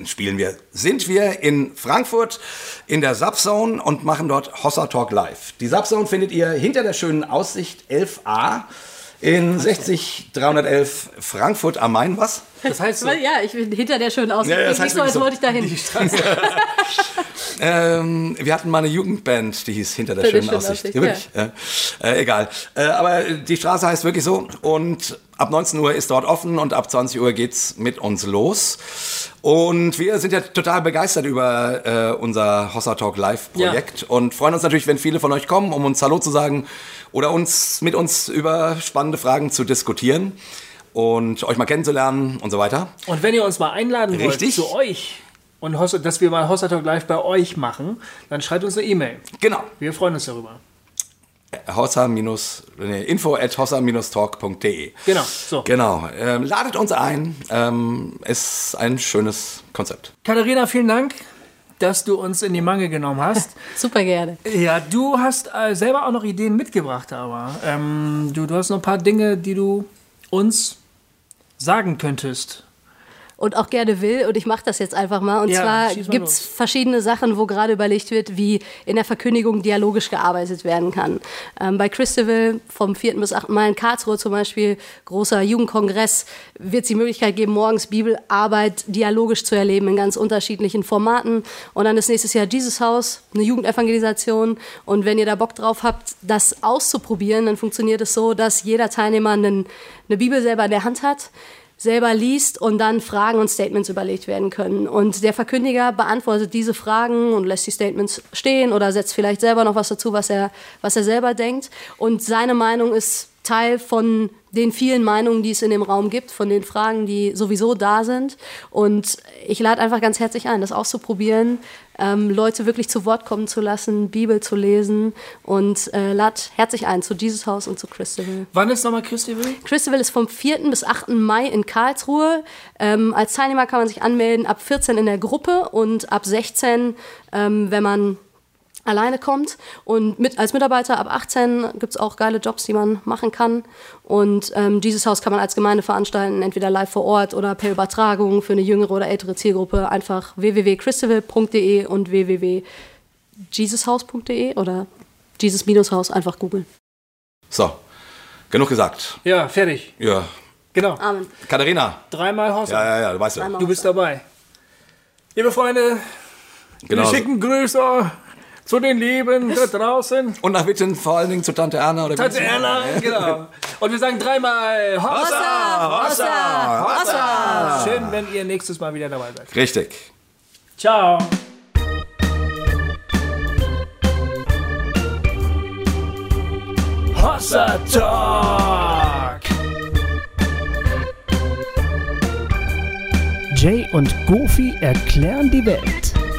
in Frankfurt in der Subzone und machen dort Hossa Talk live. Die Subzone findet ihr hinter der schönen Aussicht 11a in 60311 Frankfurt am Main. Was? Das heißt so. Ja, ich bin hinter der schönen Aussicht. Ja, das heißt nicht so, als wollte ich dahin. Wir hatten mal eine Jugendband, die hieß Hinter der schönen Aussicht. Ja, wirklich. Ja. Egal. Aber die Straße heißt wirklich so. Und ab 19 Uhr ist dort offen und ab 20 Uhr geht's mit uns los. Und wir sind ja total begeistert über unser Hossa Talk Live-Projekt und freuen uns natürlich, wenn viele von euch kommen, um uns Hallo zu sagen oder mit uns über spannende Fragen zu diskutieren und euch mal kennenzulernen und so weiter. Und wenn ihr uns mal einladen wollt zu euch und dass wir mal Hossa Talk Live bei euch machen, dann schreibt uns eine E-Mail. Genau. Wir freuen uns darüber. info@hossa-talk.de. Genau, so. Genau. Ladet uns ein. Ist ein schönes Konzept. Katharina, vielen Dank. dass du uns in die Mangel genommen hast. Super gerne. Ja, du hast selber auch noch Ideen mitgebracht, aber du hast noch ein paar Dinge, die du uns sagen könntest. Und auch gerne will. Und ich mache das jetzt einfach mal. Und zwar gibt es verschiedene Sachen, wo gerade überlegt wird, wie in der Verkündigung dialogisch gearbeitet werden kann. Bei Christabel vom 4. bis 8. Mai in Karlsruhe zum Beispiel, großer Jugendkongress, wird es die Möglichkeit geben, morgens Bibelarbeit dialogisch zu erleben in ganz unterschiedlichen Formaten. Und dann ist nächstes Jahr Jesus Haus, eine Jugendevangelisation. Und wenn ihr da Bock drauf habt, das auszuprobieren, dann funktioniert es so, dass jeder Teilnehmer eine Bibel selber in der Hand hat, selber liest und dann Fragen und Statements überlegt werden können. Und der Verkündiger beantwortet diese Fragen und lässt die Statements stehen oder setzt vielleicht selber noch was dazu, was er selber denkt. Und seine Meinung ist Teil von den vielen Meinungen, die es in dem Raum gibt, von den Fragen, die sowieso da sind. Und ich lade einfach ganz herzlich ein, das auszuprobieren, Leute wirklich zu Wort kommen zu lassen, Bibel zu lesen und lade herzlich ein zu Jesus Haus und zu Christabel. Wann ist nochmal Christabel? Christabel ist vom 4. bis 8. Mai in Karlsruhe. Als Teilnehmer kann man sich anmelden ab 14 in der Gruppe und ab 16, wenn man alleine kommt. Und als Mitarbeiter ab 18 gibt es auch geile Jobs, die man machen kann. Und dieses Haus kann man als Gemeinde veranstalten, entweder live vor Ort oder per Übertragung für eine jüngere oder ältere Zielgruppe. Einfach www.christabel.de und www.jesushaus.de oder Jesus-Haus einfach googeln. So, genug gesagt. Ja, fertig. Ja. Genau. Amen. Katharina. 3-mal Hossa. Ja, du weißt ja. Du bist dabei. Liebe Freunde, wir schicken Grüße zu den Lieben da draußen. Und nach Witten vor allen Dingen zu Tante Erna. Oder Tante Erna, genau. Und wir sagen 3-mal Hossa, Hossa, Hossa. Schön, wenn ihr nächstes Mal wieder dabei seid. Richtig. Ciao. Hossa Talk. Jay und Goofy erklären die Welt.